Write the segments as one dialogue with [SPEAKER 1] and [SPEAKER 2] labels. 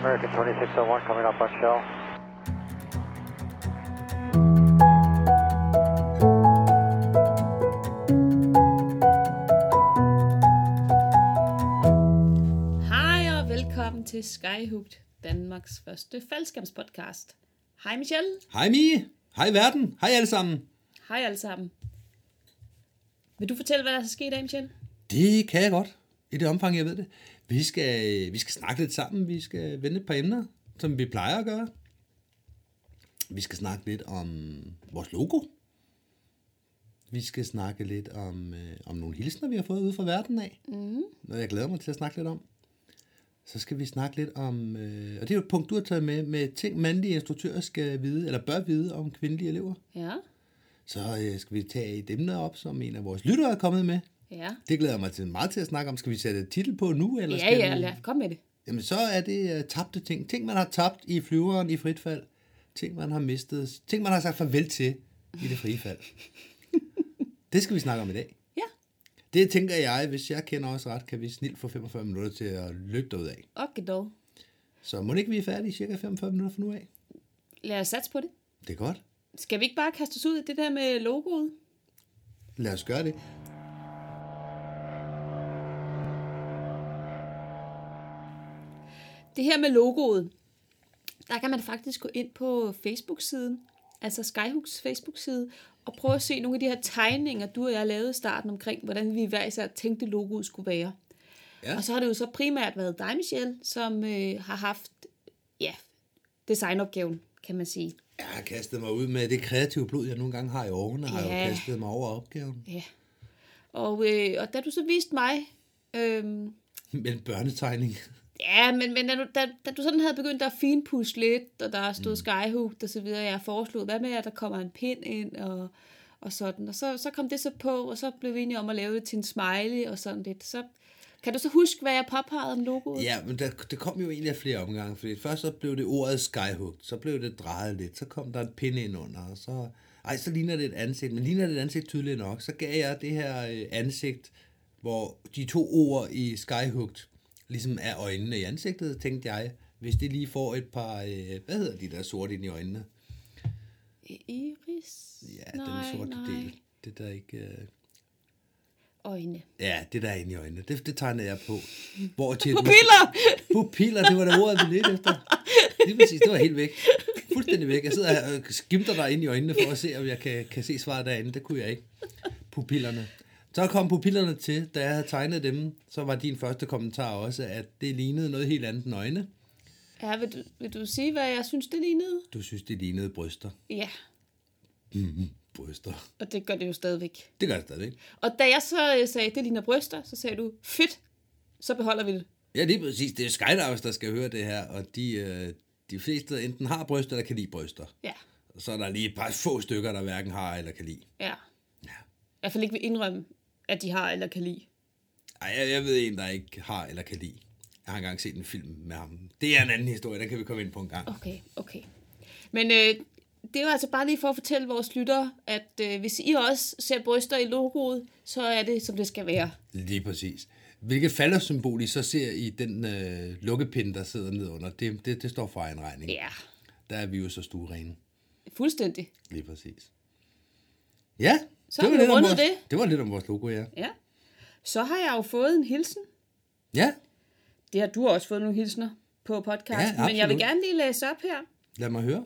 [SPEAKER 1] American 2601 coming up on shell.
[SPEAKER 2] Hej og velkommen til Skyhooked, Danmarks første faldskærmspodcast. Hej Michelle.
[SPEAKER 3] Hej Mie. Hej verden. Hej alle sammen.
[SPEAKER 2] Hej alle sammen. Vil du fortælle, hvad der er sket i dag, Michelle?
[SPEAKER 3] Det kan jeg godt. I det omfang, jeg ved det. Vi skal snakke lidt sammen. Vi skal vende et par emner, som vi plejer at gøre. Vi skal snakke lidt om vores logo. Vi skal snakke lidt om nogle hilsner, vi har fået ude fra verden af. Noget, jeg glæder mig til at snakke lidt om. Så skal vi snakke lidt om, og det er jo et punkt, du har taget med ting, mandlige instruktører skal vide, eller bør vide om kvindelige elever.
[SPEAKER 2] Ja.
[SPEAKER 3] Så skal vi tage et emne op, som en af vores lyttere er kommet med.
[SPEAKER 2] Ja.
[SPEAKER 3] Det glæder jeg mig til meget til at snakke om. Skal vi sætte et titel på nu? Eller
[SPEAKER 2] Ja, lad kom med det.
[SPEAKER 3] Jamen, så er det tabte ting. Ting, man har tabt i flyveren i frit fald. Ting, man har mistet. Ting, man har sagt farvel til i det frie fald. Det skal vi snakke om i dag.
[SPEAKER 2] Ja.
[SPEAKER 3] Det tænker jeg, hvis jeg kender os ret, kan vi snilt få 45 minutter til at løbe derud af.
[SPEAKER 2] Okay dog.
[SPEAKER 3] Så må det ikke vi er færdige i cirka 45 minutter fra nu af?
[SPEAKER 2] Lad os satse på det.
[SPEAKER 3] Det er godt.
[SPEAKER 2] Skal vi ikke bare kaste os ud i det der med logoet?
[SPEAKER 3] Lad os gøre det.
[SPEAKER 2] Det her med logoet, der kan man faktisk gå ind på Facebook-siden, altså Skyhooks Facebook-side, og prøve at se nogle af de her tegninger, du og jeg lavede i starten omkring, hvordan vi hver især tænkte logoet skulle være. Ja. Og så har det jo så primært været dig, Michelle, som har haft designopgaven, kan man sige.
[SPEAKER 3] Jeg har kastet mig ud med det kreative blod, jeg nogle gange har i årene, har jeg jo kastet mig over opgaven.
[SPEAKER 2] Ja. Og da du så viste mig...
[SPEAKER 3] Med en børnetegning.
[SPEAKER 2] Ja, men da du sådan havde begyndt at finpudse lidt, og der stod Skyhooked og så videre, jeg foreslog, hvad med, at der kommer en pind ind og sådan. Og så kom det så på, og så blev vi enige om at lave det til en smiley og sådan lidt. Så kan du så huske, hvad jeg påpegede om logoet?
[SPEAKER 3] Ja, men det kom jo egentlig af flere omgange, fordi først så blev det ordet Skyhooked, så blev det drejet lidt, så kom der en pind ind under, og så ligner det et ansigt, men ligner det et ansigt tydeligt nok, så gav jeg det her ansigt, hvor de to ord i Skyhooked ligesom er øjnene i ansigtet, tænkte jeg, hvis det lige får et par, hvad hedder de der sorte ind i øjnene?
[SPEAKER 2] Iris?
[SPEAKER 3] Ja, den sorte del. Det der ikke...
[SPEAKER 2] Øjne.
[SPEAKER 3] Ja, det der er inde i øjnene. Det tegnede jeg på.
[SPEAKER 2] Pupiller!
[SPEAKER 3] Pupiller, det var det ordet, vi ledte efter. Lige præcis, det var helt væk. Fuldstændig væk. Jeg sidder her og skimter dig ind i øjnene for at se, om jeg kan se svaret derinde. Det kunne jeg ikke. Pupillerne. Så kom pupillerne til, da jeg havde tegnet dem, så var din første kommentar også, at det lignede noget helt andet end øjne.
[SPEAKER 2] Ja, vil du sige, hvad jeg synes, det lignede?
[SPEAKER 3] Du synes, det lignede bryster.
[SPEAKER 2] Ja.
[SPEAKER 3] Bryster.
[SPEAKER 2] Og det gør det jo stadigvæk.
[SPEAKER 3] Det gør det stadigvæk.
[SPEAKER 2] Og da jeg så sagde, det ligner bryster, så sagde du, fedt, så beholder vi det.
[SPEAKER 3] Ja, det er præcis. Det er skydivers, der skal høre det her, og de fleste enten har bryster eller kan lide bryster.
[SPEAKER 2] Ja.
[SPEAKER 3] Så er der lige et par få stykker, der hverken har eller kan lide.
[SPEAKER 2] Ja. I hvert fald ikke vil indrømme, at de har eller kan lide.
[SPEAKER 3] Ej, jeg ved en, der ikke har eller kan lide. Jeg har engang set en film med ham. Det er en anden historie, den kan vi komme ind på en gang.
[SPEAKER 2] Okay. Men det er jo altså bare lige for at fortælle vores lyttere, at hvis I også ser bryster i logoet, så er det, som det skal være.
[SPEAKER 3] Lige præcis. Hvilket faldersymbol I så ser i den lukkepind, der sidder nedunder, det står for egen regning.
[SPEAKER 2] Ja.
[SPEAKER 3] Der er vi jo så stuerene.
[SPEAKER 2] Fuldstændig.
[SPEAKER 3] Lige præcis. Ja,
[SPEAKER 2] så det var rundet det.
[SPEAKER 3] Det var lidt om vores logo, ja.
[SPEAKER 2] Ja. Så har jeg jo fået en hilsen.
[SPEAKER 3] Ja.
[SPEAKER 2] Det har du også fået nogle hilsner på podcasten, ja, men jeg vil gerne lige læse op her.
[SPEAKER 3] Lad mig høre.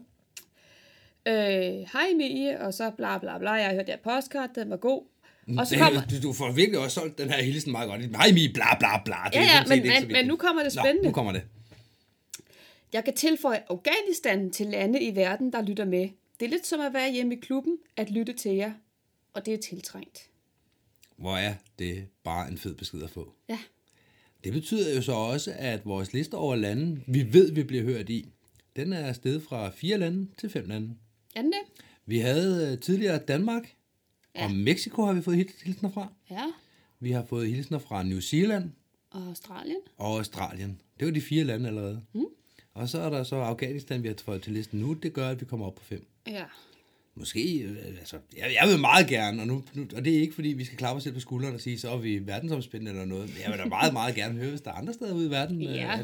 [SPEAKER 2] Hej Mie, og så bla bla bla, jeg har hørt der podcast, den var god. Og så
[SPEAKER 3] du får virkelig også solgt den her hilsen meget godt. Hej Mie, bla bla bla.
[SPEAKER 2] Men nu kommer det spændende.
[SPEAKER 3] Nå, nu kommer det.
[SPEAKER 2] Jeg kan tilføje Afghanistan til lande i verden, der lytter med. Det er lidt som at være hjemme i klubben, at lytte til jer, og det er tiltrængt.
[SPEAKER 3] Hvor er det bare en fed besked at få.
[SPEAKER 2] Ja.
[SPEAKER 3] Det betyder jo så også, at vores liste over lande, vi ved, vi bliver hørt i, den er steget fra 4 lande til 5 lande.
[SPEAKER 2] Er den det?
[SPEAKER 3] Vi havde tidligere Danmark, og Mexico har vi fået hilsner fra.
[SPEAKER 2] Ja.
[SPEAKER 3] Vi har fået hilsner fra New Zealand.
[SPEAKER 2] Og Australien.
[SPEAKER 3] Det var de 4 lande allerede. Og så er der så Afghanistan, vi har fået til listen nu. Det gør, at vi kommer op på 5.
[SPEAKER 2] Ja.
[SPEAKER 3] Måske, altså, jeg vil meget gerne, og det er ikke fordi, vi skal klappe os selv på skulderen og sige, så er vi verdensomspændende eller noget. Men jeg vil da meget, meget gerne høre, hvis der er andre steder ude i verden,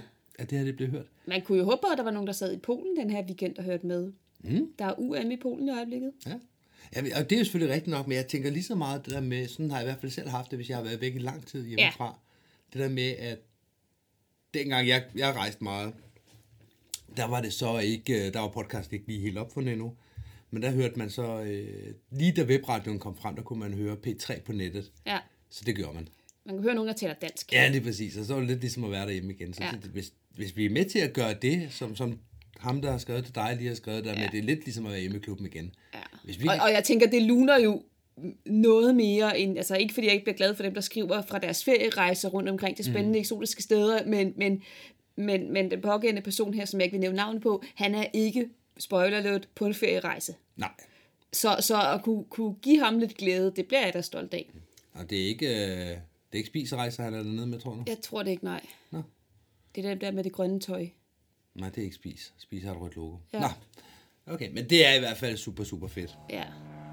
[SPEAKER 3] at det her det blev hørt.
[SPEAKER 2] Man kunne jo håbe, at der var nogen, der sad i Polen den her weekend og hørte med. Der er UM i Polen i øjeblikket.
[SPEAKER 3] Ja. Ja, og det er jo selvfølgelig rigtigt nok, men jeg tænker lige så meget det der med, sådan har jeg i hvert fald selv haft det, hvis jeg har været væk i lang tid hjemmefra. Ja. Det der med, at dengang jeg rejste meget, der var det så ikke, der var podcast ikke lige helt opfundet endnu, men der hørte man så, lige da webradioen kom frem, der kunne man høre P3 på nettet.
[SPEAKER 2] Ja.
[SPEAKER 3] Så det gjorde man.
[SPEAKER 2] Man kan høre nogen, der taler dansk.
[SPEAKER 3] Ja, det er præcis, og så var det lidt ligesom at være derhjemme igen. Så hvis vi er med til at gøre det, som ham, der har skrevet til dig, lige har skrevet der med, det er lidt ligesom at være hjemme i klubben igen.
[SPEAKER 2] Ja.
[SPEAKER 3] Hvis vi
[SPEAKER 2] Og jeg tænker, det luner jo noget mere end, altså ikke fordi jeg ikke bliver glad for dem, der skriver fra deres ferierejser rundt omkring til spændende eksotiske steder, men den pågældende person her, som jeg ikke vil nævne navn på, han er ikke, spoiler alert, på en ferierejse.
[SPEAKER 3] Nej.
[SPEAKER 2] Så at kunne give ham lidt glæde, det bliver jeg da stolt af.
[SPEAKER 3] Og det er ikke spiserejser, han er dernede med, tror du?
[SPEAKER 2] Jeg tror det ikke, nej.
[SPEAKER 3] Nå.
[SPEAKER 2] Det er den der med det grønne tøj.
[SPEAKER 3] Nej, det er ikke Spis. Spis har et rødt logo.
[SPEAKER 2] Ja.
[SPEAKER 3] Nå. Okay, men det er i hvert fald super, super fedt.
[SPEAKER 2] Ja.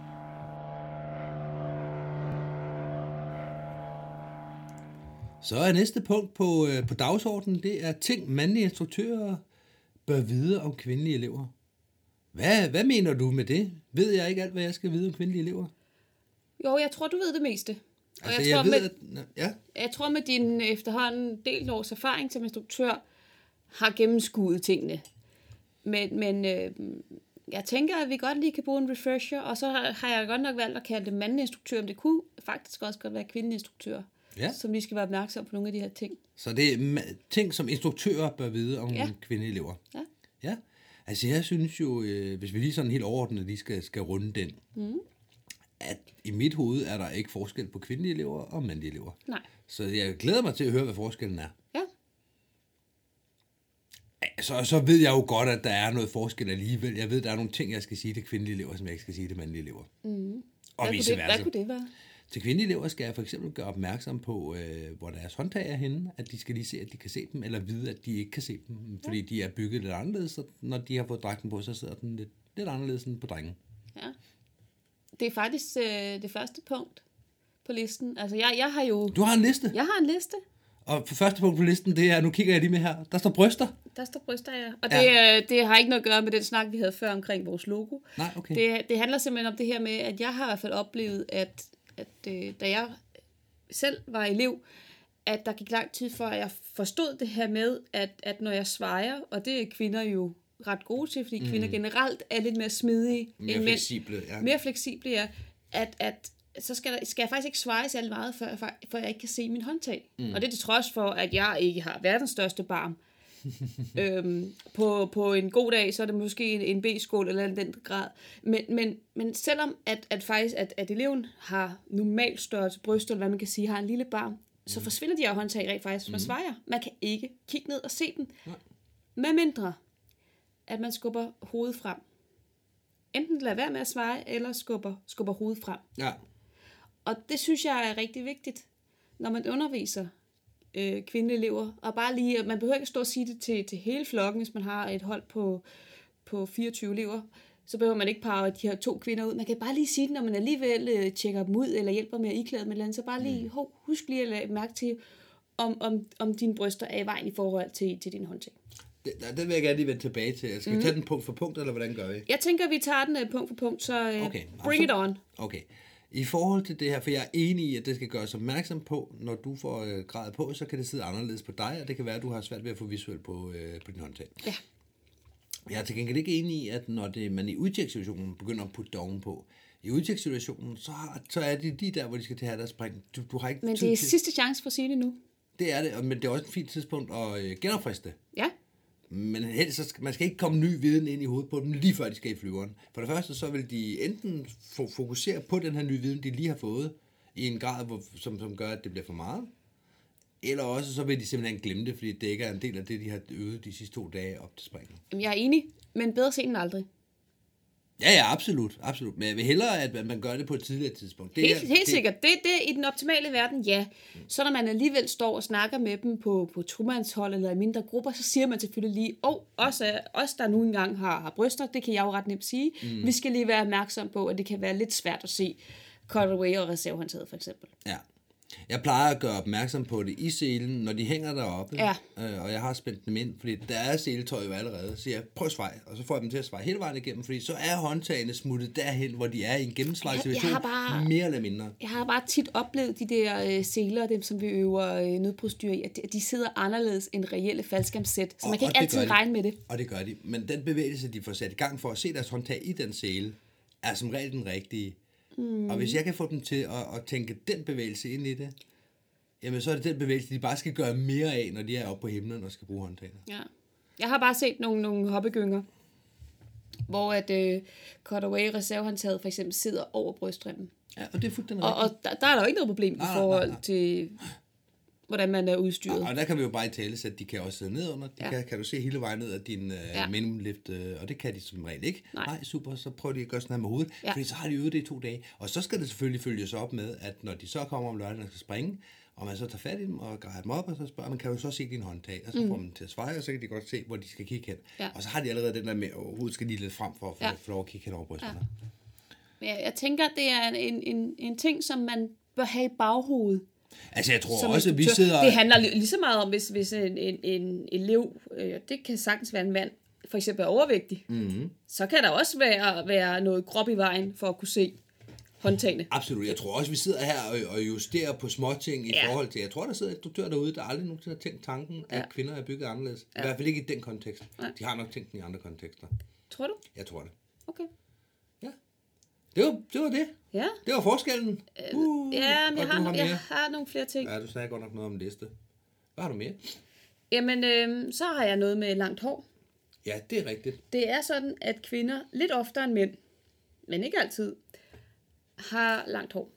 [SPEAKER 3] Så er næste punkt på dagsordenen, det er ting, mandlige instruktører bør vide om kvindelige elever. Hvad mener du med det? Ved jeg ikke alt, hvad jeg skal vide om kvindelige elever?
[SPEAKER 2] Jo, jeg tror, du ved det meste. Og
[SPEAKER 3] Altså,
[SPEAKER 2] jeg tror, med din efterhånden delt års erfaring som instruktør, har gennemskuet tingene. Men jeg tænker, at vi godt lige kan bruge en refresher, og så har jeg godt nok valgt at kalde det mandlige instruktør, men det kunne faktisk også godt være kvindelige instruktører, som lige skal være opmærksom på nogle af de her ting.
[SPEAKER 3] Så det er ting, som instruktører bør vide om kvindelige elever?
[SPEAKER 2] Ja.
[SPEAKER 3] Ja. Altså, jeg synes jo, hvis vi lige sådan helt overordnet lige skal runde den, at i mit hoved er der ikke forskel på kvindelige elever og mandlige elever.
[SPEAKER 2] Nej.
[SPEAKER 3] Så jeg glæder mig til at høre, hvad forskellen er.
[SPEAKER 2] Ja.
[SPEAKER 3] Så ved jeg jo godt, at der er noget forskel alligevel. Jeg ved, at der er nogle ting, jeg skal sige til kvindelige elever, som jeg ikke skal sige til mandlige elever. Og vice versa.
[SPEAKER 2] Hvad kunne det være?
[SPEAKER 3] Til kvindelige elever skal jeg for eksempel gøre opmærksom på, hvor deres håndtag er henne, at de skal lige se, at de kan se dem, eller vide, at de ikke kan se dem, fordi de er bygget lidt anderledes, så når de har fået dragten på, så sidder den lidt anderledes end på drengen.
[SPEAKER 2] Ja. Det er faktisk det første punkt på listen. Altså, jeg har jo...
[SPEAKER 3] Du har en liste?
[SPEAKER 2] Jeg har en liste.
[SPEAKER 3] Og for første punkt på listen, det er, nu kigger jeg lige med her, der står bryster.
[SPEAKER 2] Der står bryster, ja. Og det har ikke noget at gøre med den snak, vi havde før omkring vores logo.
[SPEAKER 3] Nej, okay.
[SPEAKER 2] Det handler simpelthen om det her med, at jeg har i hvert fald oplevet, at da jeg selv var elev, at der gik lang tid for, at jeg forstod det her med, at når jeg svejer, og det er kvinder jo ret gode til, fordi kvinder generelt er lidt mere smidige
[SPEAKER 3] mere
[SPEAKER 2] end
[SPEAKER 3] fleksible, ja.
[SPEAKER 2] Mere fleksible, ja. At så skal jeg faktisk ikke sveje særlig meget, før jeg ikke kan se min håndtag. Og det er til trods for, at jeg ikke har verdens største barm. På en god dag, så er det måske en B-skål eller den grad. Men selvom at eleven har normalt størrelse bryst, eller hvad man kan sige, har en lille barm, så forsvinder de her håndtag rent faktisk, hvis man svejer. Man kan ikke kigge ned og se den. Med mindre, at man skubber hovedet frem. Enten lader være med at sveje, eller skubber hovedet frem.
[SPEAKER 3] Ja.
[SPEAKER 2] Og det synes jeg er rigtig vigtigt, når man underviser kvindelige elever. Og bare lige, man behøver ikke stå og sige det til hele flokken, hvis man har et hold på 24 elever. Så behøver man ikke parre de her 2 kvinder ud. Man kan bare lige sige det, når man alligevel tjekker dem ud, eller hjælper med at iklæde med et eller andet. Så bare lige, husk lige at lade mærke til, om dine bryster er i vejen i forhold til din håndtag.
[SPEAKER 3] Den vil jeg gerne lige vende tilbage til. Skal vi tage den punkt for punkt, eller hvordan gør vi?
[SPEAKER 2] Jeg tænker, vi tager den punkt for punkt, så bring it on.
[SPEAKER 3] Okay. I forhold til det her, for jeg er enig i, at det skal gøres opmærksom på, når du får gradet på, så kan det sidde anderledes på dig, og det kan være, at du har svært ved at få visuelt på din håndtag. Ja. Jeg er til gengæld ikke enig i, at når man i udtjekssituationen begynder at putte det ovenpå, i udtjekssituationen, så er det de der, hvor de skal til at have deres spring. Du har ikke
[SPEAKER 2] men det er sidste chance for at sige det nu.
[SPEAKER 3] Det er det, men det er også et fint tidspunkt at genopfriste.
[SPEAKER 2] Ja.
[SPEAKER 3] Men helst, så man skal ikke komme ny viden ind i hovedet på dem, lige før de skal i flyveren. For det første, så vil de enten fokusere på den her nye viden, de lige har fået, i en grad, som gør, at det bliver for meget. Eller også, så vil de simpelthen glemme det, fordi det ikke er en del af det, de har øvet de sidste 2 dage op til springen.
[SPEAKER 2] Jeg er enig, men bedre sent end aldrig.
[SPEAKER 3] Ja, absolut. Men jeg vil hellere, at man gør det på et tidligere tidspunkt.
[SPEAKER 2] Helt sikkert. Det i den optimale verden, ja. Så når man alligevel står og snakker med dem på tomandshold eller i mindre grupper, så siger man selvfølgelig lige, også os, der nu engang har bryster, det kan jeg jo ret nemt sige. Vi skal lige være opmærksom på, at det kan være lidt svært at se cutaway og reservehåndtaget for eksempel.
[SPEAKER 3] Ja. Jeg plejer at gøre opmærksom på det i selen, når de hænger deroppe,
[SPEAKER 2] Ja.
[SPEAKER 3] Og jeg har spændt dem ind, fordi der er seletøj jo allerede, så jeg prøv at svej, og så får jeg dem til at sveje hele vejen igennem, fordi så er håndtagene smuttet derhen, hvor de er i en gennemsvejsituation, mere eller mindre.
[SPEAKER 2] Jeg har bare tit oplevet de der seler, dem som vi øver nødprostyr i, at de sidder anderledes end reelle faldskærmssæt, så man kan ikke altid regne med det.
[SPEAKER 3] Og det gør de, men den bevægelse, de får sat i gang for at se deres håndtag i den sele, er som regel den rigtige. Og hvis jeg kan få dem til at tænke den bevægelse ind i det, jamen så er det den bevægelse, de bare skal gøre mere af, når de er oppe på himlen og skal bruge håndtagene.
[SPEAKER 2] Ja. Jeg har bare set nogle hoppegynger, hvor at cutaway reservehåndtaget for eksempel sidder over brystrimmen.
[SPEAKER 3] Ja, og det er fuldstændig
[SPEAKER 2] Og der er der jo ikke noget problem i forhold til, hvordan man er udstyret.
[SPEAKER 3] Og der kan vi jo bare i tale sætte, at de kan også sidde ned under. Kan du se hele vejen ned af din minimumlift, og det kan de som regel ikke. Nej, super, så prøver de at gøre sådan her med hovedet, fordi så har de øvet det i 2 dage. Og så skal det selvfølgelig følges op med, at når de så kommer om lørdagen og skal springe, og man så tager fat i dem og grejer dem op, og så spørger man, kan du så se din håndtag? Og så får man til at svare, og så kan de godt se, hvor de skal kigge hen. Ja. Og så har de allerede den der med, at hovedet skal lige lidt frem for at få lov at kigge hen over brysterne.
[SPEAKER 2] Ja. Jeg tænker, at det er en ting, som man bør have i baghovedet.
[SPEAKER 3] Altså jeg tror også, at vi sidder...
[SPEAKER 2] Det handler lige så meget om, hvis en elev, det kan sagtens være en mand, for eksempel er overvægtig, så kan der også være noget krop i vejen for at kunne se håndtagene.
[SPEAKER 3] Absolut. Jeg tror også, vi sidder her og justerer på småting i forhold til... Jeg tror, der sidder instruktører derude, der aldrig nogensinde har tænkt tanken, at kvinder er bygget anderledes. I hvert fald ikke i den kontekst. De har nok tænkt den i andre kontekster.
[SPEAKER 2] Tror du?
[SPEAKER 3] Jeg tror det.
[SPEAKER 2] Okay.
[SPEAKER 3] Ja. Det var det.
[SPEAKER 2] Ja.
[SPEAKER 3] Det var forskellen.
[SPEAKER 2] Ja, men jeg har nogle flere ting.
[SPEAKER 3] Ja, du sagde godt nok noget om en liste. Hvad har du mere?
[SPEAKER 2] Jamen, så har jeg noget med langt hår.
[SPEAKER 3] Ja, det er rigtigt.
[SPEAKER 2] Det er sådan, at kvinder lidt oftere end mænd, men ikke altid, har langt hår.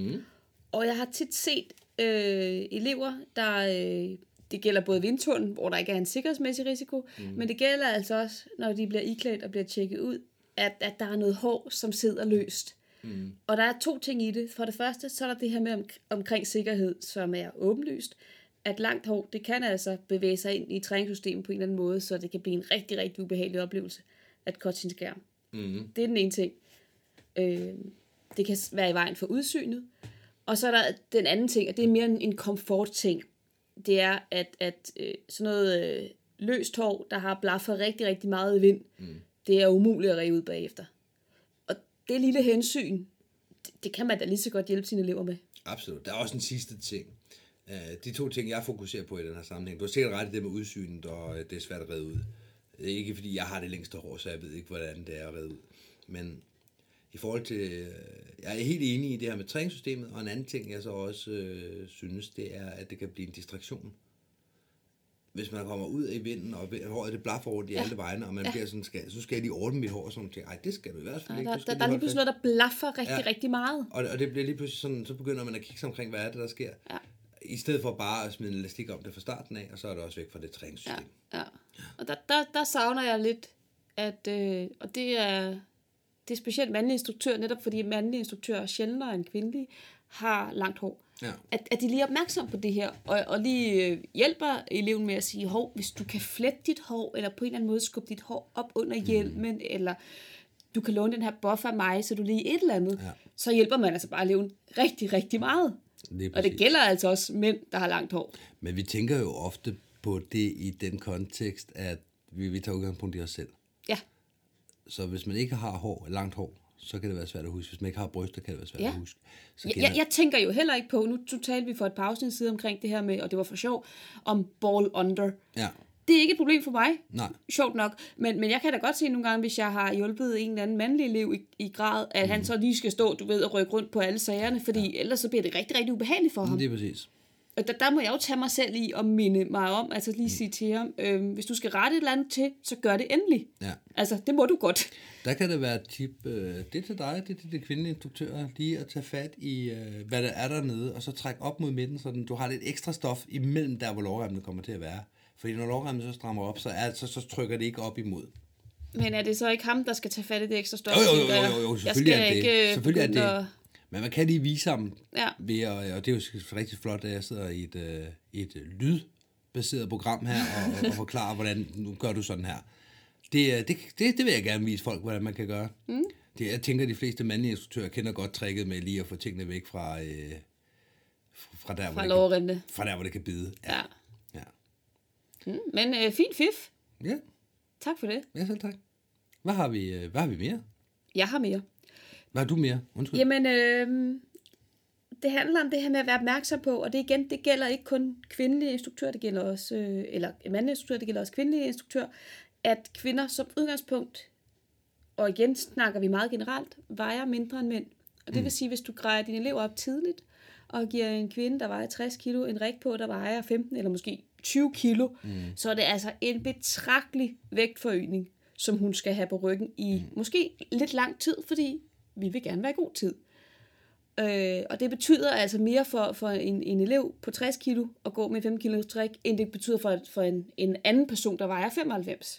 [SPEAKER 2] Og jeg har tit set elever, der... det gælder både vindtunnel, hvor der ikke er en sikkerhedsmæssig risiko, men det gælder altså også, når de bliver iklædt og bliver tjekket ud, at der er noget hår, som sidder løst. Og der er 2 ting i det. For det første, så er der det her med omkring sikkerhed, som er åbenlyst, at langt hår, det kan altså bevæge sig ind i træningssystemet på en eller anden måde, så det kan blive en rigtig, rigtig ubehagelig oplevelse at cutte sin skærm. Det er den ene ting. Det kan være i vejen for udsynet. Og så er der den anden ting, og det er mere en komfortting. Det er, at sådan noget løst hår, der har blaffer rigtig, rigtig meget i vind, det er umuligt at ræge ud bagefter. Og det lille hensyn, det kan man da lige så godt hjælpe sine elever med.
[SPEAKER 3] Absolut. Der er også en sidste ting. De 2 ting, jeg fokuserer på i den her sammenhæng. Du har sikkert ret i det med udsynet, og det er svært at redde ud. Det er ikke, fordi jeg har det længste hår, så jeg ved ikke, hvordan det er at redde ud. Men i forhold til... Jeg er helt enig i det her med træningssystemet, og en anden ting, jeg så også synes, det er, at det kan blive en distraktion. Hvis man kommer ud i vinden, og håret det blaffer over de alle vegne, og man bliver sådan, så skal jeg lige ordne mit hår, og sådan noget. Ej, det skal du i hvert fald ikke.
[SPEAKER 2] Der er lige pludselig noget, der blaffer rigtig, rigtig meget.
[SPEAKER 3] Og det bliver lige pludselig sådan, så begynder man at kigge sig omkring, hvad er det, der sker. Ja. I stedet for bare at smide en elastik om det fra starten af, og så er det også væk fra det træningssystem.
[SPEAKER 2] Ja. Og der savner jeg lidt, at, og det er specielt mandlige instruktører, netop fordi mandlige instruktører sjældnere end kvindelige har langt hår. Ja. At de lige er opmærksom på det her, og lige hjælper eleven med at sige, hvis du kan flette dit hår, eller på en eller anden måde skubbe dit hår op under hjelmen, eller du kan låne den her buffer af mig, så du lige et eller andet, så hjælper man altså bare eleven rigtig, rigtig meget. Og det gælder altså også mænd, der har langt hår.
[SPEAKER 3] Men vi tænker jo ofte på det i den kontekst, at vi tager udgangspunkt i os selv.
[SPEAKER 2] Ja.
[SPEAKER 3] Så hvis man ikke har langt hår, så kan det være svært at huske. Hvis man ikke har bryster, kan det være svært at huske.
[SPEAKER 2] Jeg tænker jo heller ikke på, nu talte vi for et par afsnit siden omkring det her med, og det var for sjov, om ball under. Ja. Det er ikke et problem for mig. Nej. Sjovt nok. Men jeg kan da godt se nogle gange, hvis jeg har hjulpet en eller anden mandlig elev i grad, at han så lige skal stå, og rykke rundt på alle sagerne, fordi ellers så bliver det rigtig, rigtig ubehageligt for ham.
[SPEAKER 3] Det er præcis.
[SPEAKER 2] Og der må jeg jo tage mig selv i og minde mig om, altså lige sige til ham, hvis du skal rette et eller andet til, så gør det endelig. Ja. Altså, det må du godt.
[SPEAKER 3] Der kan det være et tip, det er til dig, det er til de kvindelige instruktører, lige at tage fat i, hvad der er dernede, og så trække op mod midten, så du har lidt ekstra stof imellem der, hvor lårremmen kommer til at være. Fordi når lårremmen så strammer op, så trykker det ikke op imod.
[SPEAKER 2] Men er det så ikke ham, der skal tage fat i det ekstra stof?
[SPEAKER 3] Jo, selvfølgelig er det. Selvfølgelig er det. Men man kan lige vise ham ved, og det er jo rigtig flot, at jeg sidder i et lydbaseret program her, og forklarer, hvordan nu gør du sådan her. Det vil jeg gerne vise folk, hvordan man kan gøre. Jeg tænker, at de fleste mandlige instruktører kender godt tricket med lige at få tingene væk fra fra der,
[SPEAKER 2] Fra lovrente.
[SPEAKER 3] fra der, hvor det kan bide.
[SPEAKER 2] Ja.
[SPEAKER 3] Ja.
[SPEAKER 2] Men fint fif.
[SPEAKER 3] Ja,
[SPEAKER 2] Tak for det.
[SPEAKER 3] ja selv tak. Hvad har vi mere?
[SPEAKER 2] Jeg har mere.
[SPEAKER 3] Hvad har du mere? Undskyld.
[SPEAKER 2] Jamen, det handler om det her med at være opmærksom på, og det gælder ikke kun kvindelige instruktører, det gælder også, eller mandlige instruktører, det gælder også kvindelige instruktører, at kvinder som udgangspunkt, og igen snakker vi meget generelt, vejer mindre end mænd. Og det vil sige, hvis du grejer dine elever op tidligt, og giver en kvinde, der vejer 60 kilo, en rig på, der vejer 15 eller måske 20 kilo, så er det altså en betragtelig vægtforøgning, som hun skal have på ryggen i måske lidt lang tid, fordi vi vil gerne være i god tid. Og det betyder altså mere for en elev på 60 kilo at gå med 5 kilo træk, end det betyder for en anden person, der vejer 95.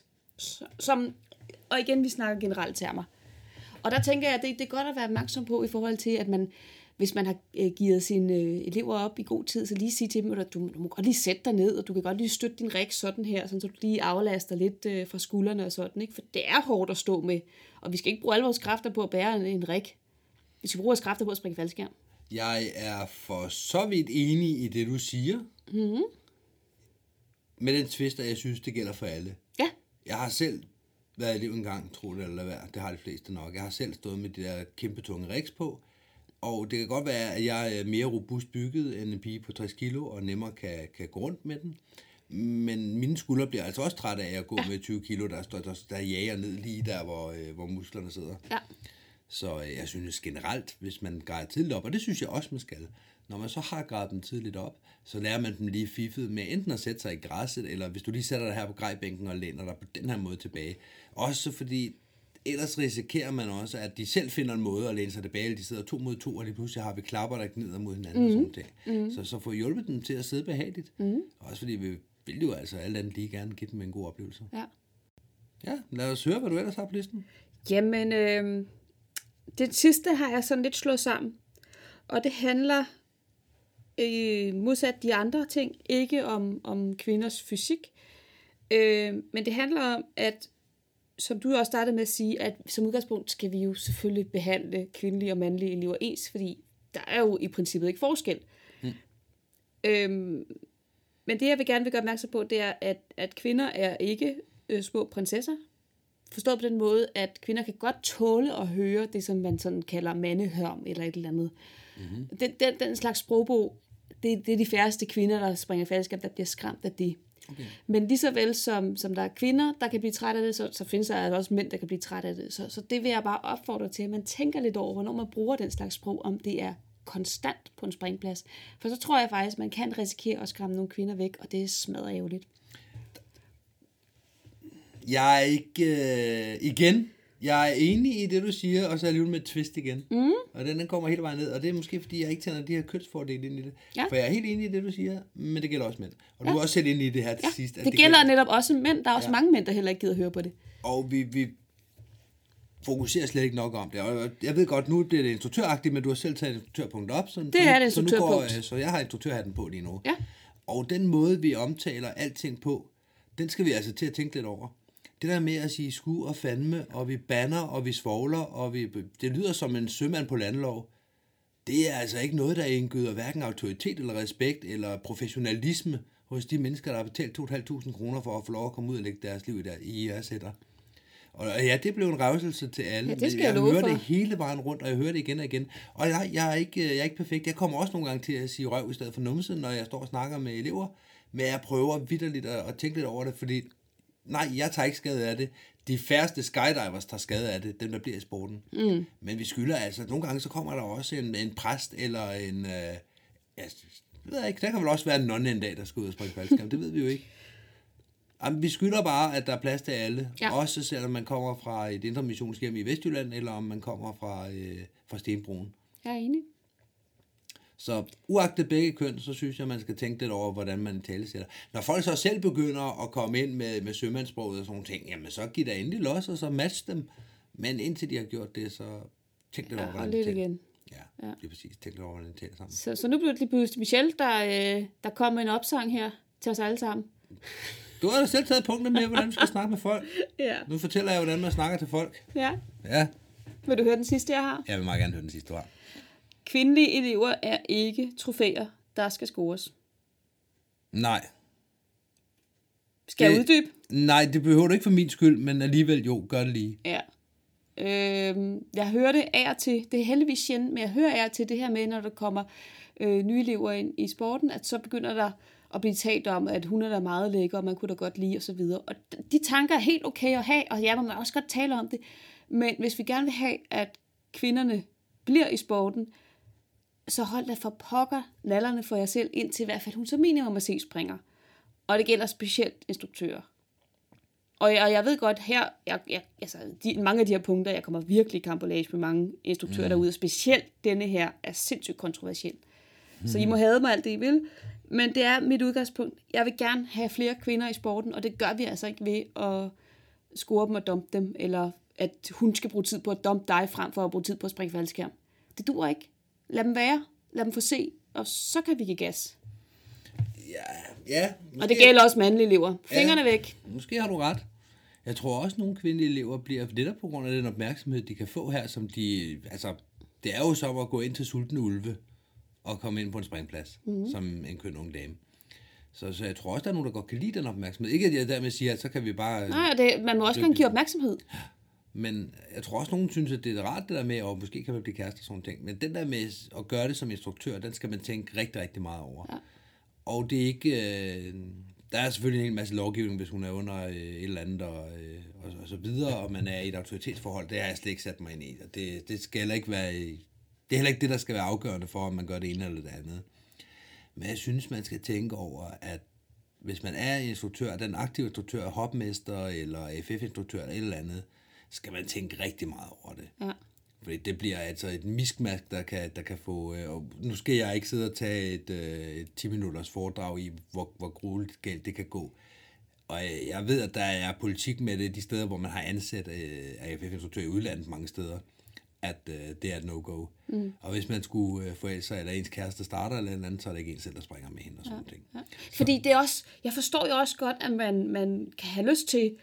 [SPEAKER 2] Og igen, vi snakker generelt termer. Og der tænker jeg, at det er godt at være opmærksom på i forhold til, at man, hvis man har givet sine elever op i god tid, så lige sige til dem, at du må godt lige sætte dig ned, og du kan godt lige støtte din rig sådan her, så du lige aflaster lidt fra skuldrene og sådan, ikke? For det er hårdt at stå med, og vi skal ikke bruge alle vores kræfter på at bære en rig. Vi skal bruge vores kræfter på at springe faldskærm.
[SPEAKER 3] Jeg er for så vidt enig i det, du siger. Mm-hmm. Med den twist, at jeg synes, det gælder for alle.
[SPEAKER 2] Ja.
[SPEAKER 3] Jeg har selv været elev en gang, tro det eller hvad. Det har de fleste nok. Jeg har selv stået med de der kæmpe tunge rigs på. Og det kan godt være, at jeg er mere robust bygget end en pige på 60 kilo, og nemmere kan gå rundt med den. Men mine skuldre bliver altså også trætte af at gå med 20 kilo, der jager ned lige der, hvor musklerne sidder. Ja. Så jeg synes generelt, hvis man grejer tidligt op, og det synes jeg også, man skal, når man så har grejet dem tidligt op, så lærer man dem lige fiffet med enten at sætte sig i græsset, eller hvis du lige sætter dig her på grejbænken og læner dig på den her måde tilbage. Også fordi, ellers risikerer man også, at de selv finder en måde at læne sig tilbage, eller de sidder 2 mod 2, og lige pludselig har vi klapper, der gnider mod hinanden og sådan ting. Så få hjulpet dem til at sidde behageligt. Også fordi vi vil jo altså alt andet lige gerne give dem en god oplevelse.
[SPEAKER 2] Ja.
[SPEAKER 3] Ja, lad os høre, hvad du ellers har på listen.
[SPEAKER 2] Jamen, det sidste har jeg sådan lidt slået sammen. Og det handler, modsat de andre ting, ikke om kvinders fysik. Men det handler om, at som du også startede med at sige, at som udgangspunkt skal vi jo selvfølgelig behandle kvindelige og mandlige elever ens, fordi der er jo i princippet ikke forskel. Men det, jeg gerne vil gøre opmærksom på, det er, at kvinder er ikke små prinsesser. Forstået på den måde, at kvinder kan godt tåle at høre det, som man sådan kalder mandehørm eller et eller andet. Den slags sprogbog, det er de færreste kvinder, der springer faldskærm, der bliver skræmt af det. Okay. Men lige så vel som der er kvinder, der kan blive træt af det, så findes der altså også mænd, der kan blive træt af det. Så det vil jeg bare opfordre til, at man tænker lidt over, hvornår man bruger den slags sprog, om det er konstant på en springplads. For så tror jeg faktisk, at man kan risikere at skræmme nogle kvinder væk, og det er smadret
[SPEAKER 3] Jeg er ikke igen. Jeg er enig i det, du siger, og så er jeg alligevel med et twist igen. Og den kommer hele vejen ned, og det er måske, fordi jeg ikke tænder de her kønsfordele ind i det. Ja. For jeg er helt enig i det, du siger, men det gælder også mænd. Og du er også selv inde i det her til sidst. At
[SPEAKER 2] det gælder netop også mænd. Der er også mange mænd, der heller ikke gider høre på det.
[SPEAKER 3] Og vi fokuserer slet ikke nok om det. Og jeg ved godt, nu bliver det instruktøragtigt, men du har selv taget instruktørpunkt op.
[SPEAKER 2] Det er det instruktørpunkt.
[SPEAKER 3] Så jeg har instruktørhatten på lige nu.
[SPEAKER 2] Ja.
[SPEAKER 3] Og den måde, vi omtaler alting på, den skal vi altså til at tænke lidt over. Det der med at sige sku og fandme, og vi banner, og vi svogler, og det lyder som en sømand på landlov. Det er altså ikke noget, der indgyder hverken autoritet eller respekt eller professionalisme hos de mennesker, der har betalt 2.500 kroner for at få lov at komme ud og lægge deres liv i IR-sætter. Og ja, det blev en revselse til alle.
[SPEAKER 2] Ja, det skal
[SPEAKER 3] jeg
[SPEAKER 2] love
[SPEAKER 3] hører
[SPEAKER 2] for.
[SPEAKER 3] Det hele vejen rundt, og jeg hører det igen og igen. Og jeg er ikke perfekt. Jeg kommer også nogle gange til at sige røv i stedet for numse, når jeg står og snakker med elever. Men jeg prøver vitterligt at tænke lidt over det, fordi nej, jeg tager ikke skade af det. De færreste skydivers tager skade af det, dem der bliver i sporten. Men vi skylder altså, nogle gange så kommer der også en præst, eller en, jeg ved ikke, der kan vel også være en nonne en dag, der skal ud og springe faldskærm, det ved vi jo ikke. Jamen, vi skylder bare, at der er plads til alle, også selvom man kommer fra et indre missionshjem i Vestjylland, eller om man kommer fra Stenbroen.
[SPEAKER 2] Jeg er enig.
[SPEAKER 3] Så uagtet begge køn, så synes jeg, man skal tænke lidt over, hvordan man talesætter. Når folk så selv begynder at komme ind med sømandssproget og sådan nogle ting, jamen så giv da endelig los, og så match dem. Men indtil de har gjort det, så tænk lidt over, hvordan
[SPEAKER 2] det igen.
[SPEAKER 3] Ja, det er præcis. Tænk lidt over, hvordan det taler sammen.
[SPEAKER 2] Så nu blev det lige pludselig Michelle, der kom med en opsang her til os alle sammen.
[SPEAKER 3] Du har da selv taget punkter med, hvordan du skal snakke med folk.
[SPEAKER 2] Ja.
[SPEAKER 3] Nu fortæller jeg, hvordan man snakker til folk.
[SPEAKER 2] Ja. Vil du høre den sidste, jeg har?
[SPEAKER 3] Jeg vil meget gerne høre den sidste, du har.
[SPEAKER 2] Kvindelige elever er ikke trofæer. der skal scores.
[SPEAKER 3] Nej.
[SPEAKER 2] Skal jeg uddybe?
[SPEAKER 3] Nej, det behøver du ikke for min skyld, men alligevel jo, gør det lige.
[SPEAKER 2] Ja. Jeg hører det af og til, det er heldigvis sjældent, men jeg hører af og til det her med, når der kommer nye elever ind i sporten, at så begynder der at blive talt om, at hun er da meget lækker, og man kunne da godt lide, og så videre. Og de tanker er helt okay at have, og jeg må også godt tale om det, men hvis vi gerne vil have, at kvinderne bliver i sporten, så hold da for pokker nallerne for jer selv, indtil i hvert fald hun så minimum at se springer. Og det gælder specielt instruktører. Og jeg ved godt her, mange af de her punkter, jeg kommer virkelig i kampolage med mange instruktører derude, og specielt denne her er sindssygt kontroversiel. Så I må hade mig alt det, I vil. Men det er mit udgangspunkt. Jeg vil gerne have flere kvinder i sporten, og det gør vi altså ikke ved at score dem og dumpe dem, eller at hun skal bruge tid på at dumpe dig, frem for at bruge tid på at springe faldskærm. Det duer ikke. Lad dem være. Lad dem få se, og så kan vi give gas.
[SPEAKER 3] Ja.
[SPEAKER 2] Måske, og det gælder også mandlige elever. Fingrene væk.
[SPEAKER 3] Måske har du ret. Jeg tror også, at nogle kvindelige elever bliver netop på grund af den opmærksomhed, de kan få her, som de... Altså, det er jo som at gå ind til sultne ulve og komme ind på en springplads, som en køn ung dame. Så jeg tror også, der er nogen, der godt kan lide den opmærksomhed. Ikke at jeg dermed siger, at så kan vi bare...
[SPEAKER 2] Nej, man må også gerne give opmærksomhed.
[SPEAKER 3] Men jeg tror også, nogen synes, at det er rart, det der med, og måske kan man blive kærester og sådan ting. Men den der med at gøre det som instruktør, den skal man tænke rigtig, rigtig meget over. Ja. Og det er ikke... Der er selvfølgelig en hel masse lovgivning, hvis hun er under et eller andet og så videre, og man er i et autoritetsforhold. Det har jeg slet ikke sat mig ind i. Og det skal heller ikke være... Det er heller ikke det, der skal være afgørende for, om man gør det ene eller det andet. Men jeg synes, man skal tænke over, at hvis man er instruktør, den aktive instruktør, hopmester eller AFF-instruktør eller et eller andet, skal man tænke rigtig meget over det. Ja. Fordi det bliver altså et miskmask, der kan få... Og nu skal jeg ikke sidde og tage et 10-minutters foredrag i, hvor grueligt galt det kan gå. Og jeg ved, at der er politik med det de steder, hvor man har ansat AFF-instruktør i udlandet mange steder, at det er et no-go. Og hvis man skulle forælde sig, eller ens kæreste starter eller andet, så er det ikke en selv, der springer med hende og sådan ting. Ja.
[SPEAKER 2] Fordi det er også... Jeg forstår jo også godt, at man kan have lyst til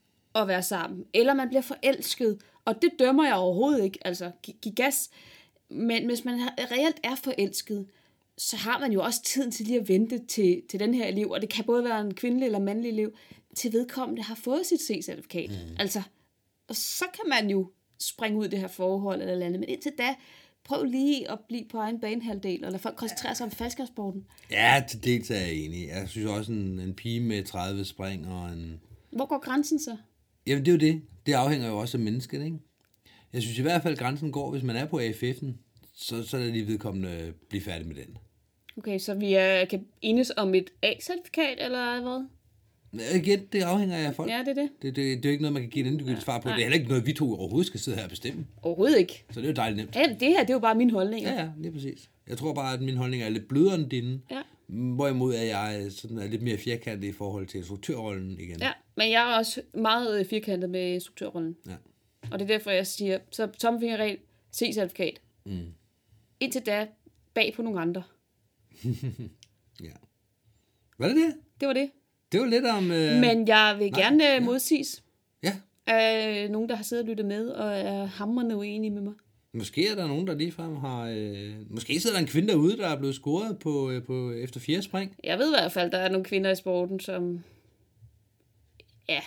[SPEAKER 2] at være sammen, eller man bliver forelsket, og det dømmer jeg overhovedet ikke, altså giv gas. Men hvis man reelt er forelsket, så har man jo også tiden til lige at vente til den her elev, og det kan både være en kvindelig eller mandlig elev, til vedkommende har fået sit C-certifikat. Altså, og så kan man jo springe ud i det her forhold eller andet, men indtil da, prøv lige at blive på egen banehalvdel, og lad folk koncentrere sig om faldskærmssporten.
[SPEAKER 3] Ja, til dels er jeg enig. Jeg synes også, en pige med 30 spring og en...
[SPEAKER 2] Hvor går grænsen så?
[SPEAKER 3] Jamen, det er jo det. Det afhænger jo også af mennesket, ikke? Jeg synes i hvert fald, at grænsen går, hvis man er på AFF'en, så er det lige vedkommende blive færdig med den.
[SPEAKER 2] Okay, så vi kan enes om et A-certifikat, eller hvad?
[SPEAKER 3] Igen, det afhænger af folk.
[SPEAKER 2] Ja, det er det.
[SPEAKER 3] Det er jo ikke noget, man kan give et endegyldigt svar på. Nej. Det er heller ikke noget, vi to overhovedet skal sidde her og bestemme.
[SPEAKER 2] Overhovedet ikke.
[SPEAKER 3] Så det er jo dejligt nemt.
[SPEAKER 2] Ja, det her, det er jo bare min holdning.
[SPEAKER 3] Ja, lige præcis. Jeg tror bare, at min holdning er lidt blødere end dine. Ja. Hvorimod er jeg sådan er lidt mere firkantet i forhold til instruktørrollen igen.
[SPEAKER 2] Ja, men jeg er også meget firkantet med instruktørrollen. Ja. Og det er derfor, jeg siger, så tommelfingerregel, C-certifikat. Indtil da, bag på nogle andre.
[SPEAKER 3] Ja. Var det det?
[SPEAKER 2] Det var det.
[SPEAKER 3] Det var lidt om...
[SPEAKER 2] Men jeg vil gerne modsiges.
[SPEAKER 3] Ja.
[SPEAKER 2] Af nogen, der har siddet og lyttet med, og er hamrende uenige med mig.
[SPEAKER 3] Måske er der nogen, der ligefrem har... Måske sidder der en kvinde derude, der er blevet scoret på efter 4 spring.
[SPEAKER 2] Jeg ved i hvert fald, der er nogle kvinder i sporten, som... Ja...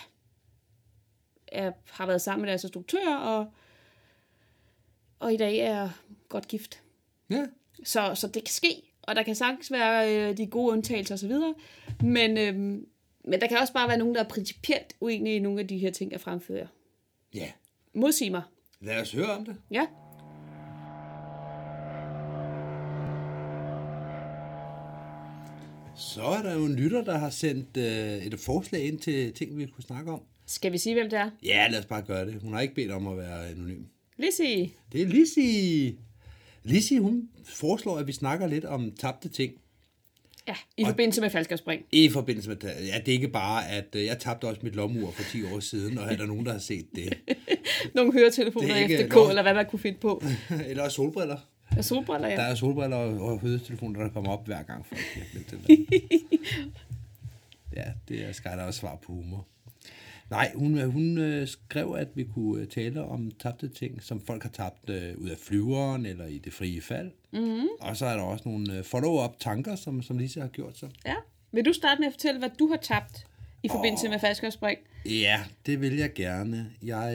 [SPEAKER 2] har været sammen med deres instruktører, og i dag er godt gift.
[SPEAKER 3] Ja.
[SPEAKER 2] Så det kan ske, og der kan sagtens være de gode undtagelser osv., men der kan også bare være nogen, der er principielt uenige i nogle af de her ting, jeg fremfører.
[SPEAKER 3] Ja.
[SPEAKER 2] Modsig mig.
[SPEAKER 3] Lad os høre om det.
[SPEAKER 2] Ja.
[SPEAKER 3] Så er der jo en lytter, der har sendt et forslag ind til ting, vi kunne snakke om.
[SPEAKER 2] Skal vi sige, hvem det er?
[SPEAKER 3] Ja, lad os bare gøre det. Hun har ikke bedt om at være anonym.
[SPEAKER 2] Lizzie.
[SPEAKER 3] Det er Lizzie. Lizzie, hun foreslår, at vi snakker lidt om tabte ting.
[SPEAKER 2] Ja, i forbindelse med faldskærmsspring.
[SPEAKER 3] I forbindelse med... Ja, det er ikke bare, at jeg tabte også mit lommeur for 10 år siden, og er der nogen, der har set det.
[SPEAKER 2] Nogle høretelefoner FDK, eller hvad man kunne finde på.
[SPEAKER 3] Eller solbriller.
[SPEAKER 2] Ja, solbriller, ja.
[SPEAKER 3] Der er solbriller og høretelefoner, der kommer op hver gang. Ja, det er skal der også svar på humor. Nej, hun skrev, at vi kunne tale om tabte ting, som folk har tabt ud af flyveren eller i det frie fald. Mm-hmm. Og så er der også nogle follow-up tanker, som Lise har gjort så.
[SPEAKER 2] Ja. Vil du starte med at fortælle, hvad du har tabt i forbindelse med faldskærmsspring?
[SPEAKER 3] Ja, det vil jeg gerne.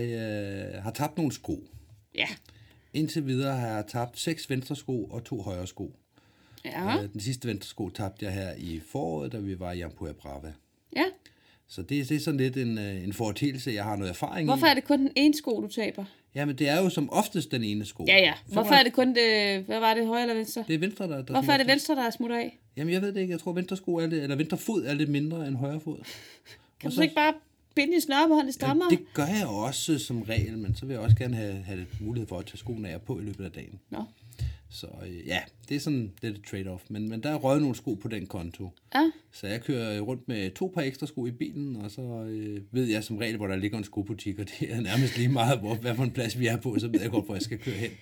[SPEAKER 3] Jeg har tabt nogle sko.
[SPEAKER 2] Ja.
[SPEAKER 3] Indtil videre har jeg tabt 6 venstre sko og 2 højre sko.
[SPEAKER 2] Ja.
[SPEAKER 3] Den sidste venstre sko tabte jeg her i foråret, da vi var i Ampua Brava.
[SPEAKER 2] Ja.
[SPEAKER 3] Så det er sådan lidt en foretagelse, jeg har noget erfaring
[SPEAKER 2] Hvorfor
[SPEAKER 3] i.
[SPEAKER 2] er det kun den ene sko, du taber?
[SPEAKER 3] Jamen, det er jo som oftest den ene sko.
[SPEAKER 2] Ja. Hvorfor er det kun det... Hvad var det, højre eller venstre?
[SPEAKER 3] Det er venstre, der
[SPEAKER 2] Hvorfor er det venstre, der er smutter af?
[SPEAKER 3] Jamen, jeg ved det ikke. Jeg tror, venstre sko er lidt, eller venstre fod er lidt mindre end højre fod.
[SPEAKER 2] Kan du så ikke bare binde i snørbånd i strammer?
[SPEAKER 3] Ja, det gør jeg også som regel, men så vil jeg også gerne have mulighed for at tage skoene af på i løbet af dagen.
[SPEAKER 2] Nå.
[SPEAKER 3] Så ja, det er sådan lidt et trade-off. Men der er røget nogle sko på den konto.
[SPEAKER 2] Ja.
[SPEAKER 3] Så jeg kører rundt med 2 par ekstra sko i bilen, og så ved jeg som regel, hvor der ligger en skobutik, og det er nærmest lige meget, hvad for en plads vi er på, så ved jeg godt, hvor jeg skal køre hen.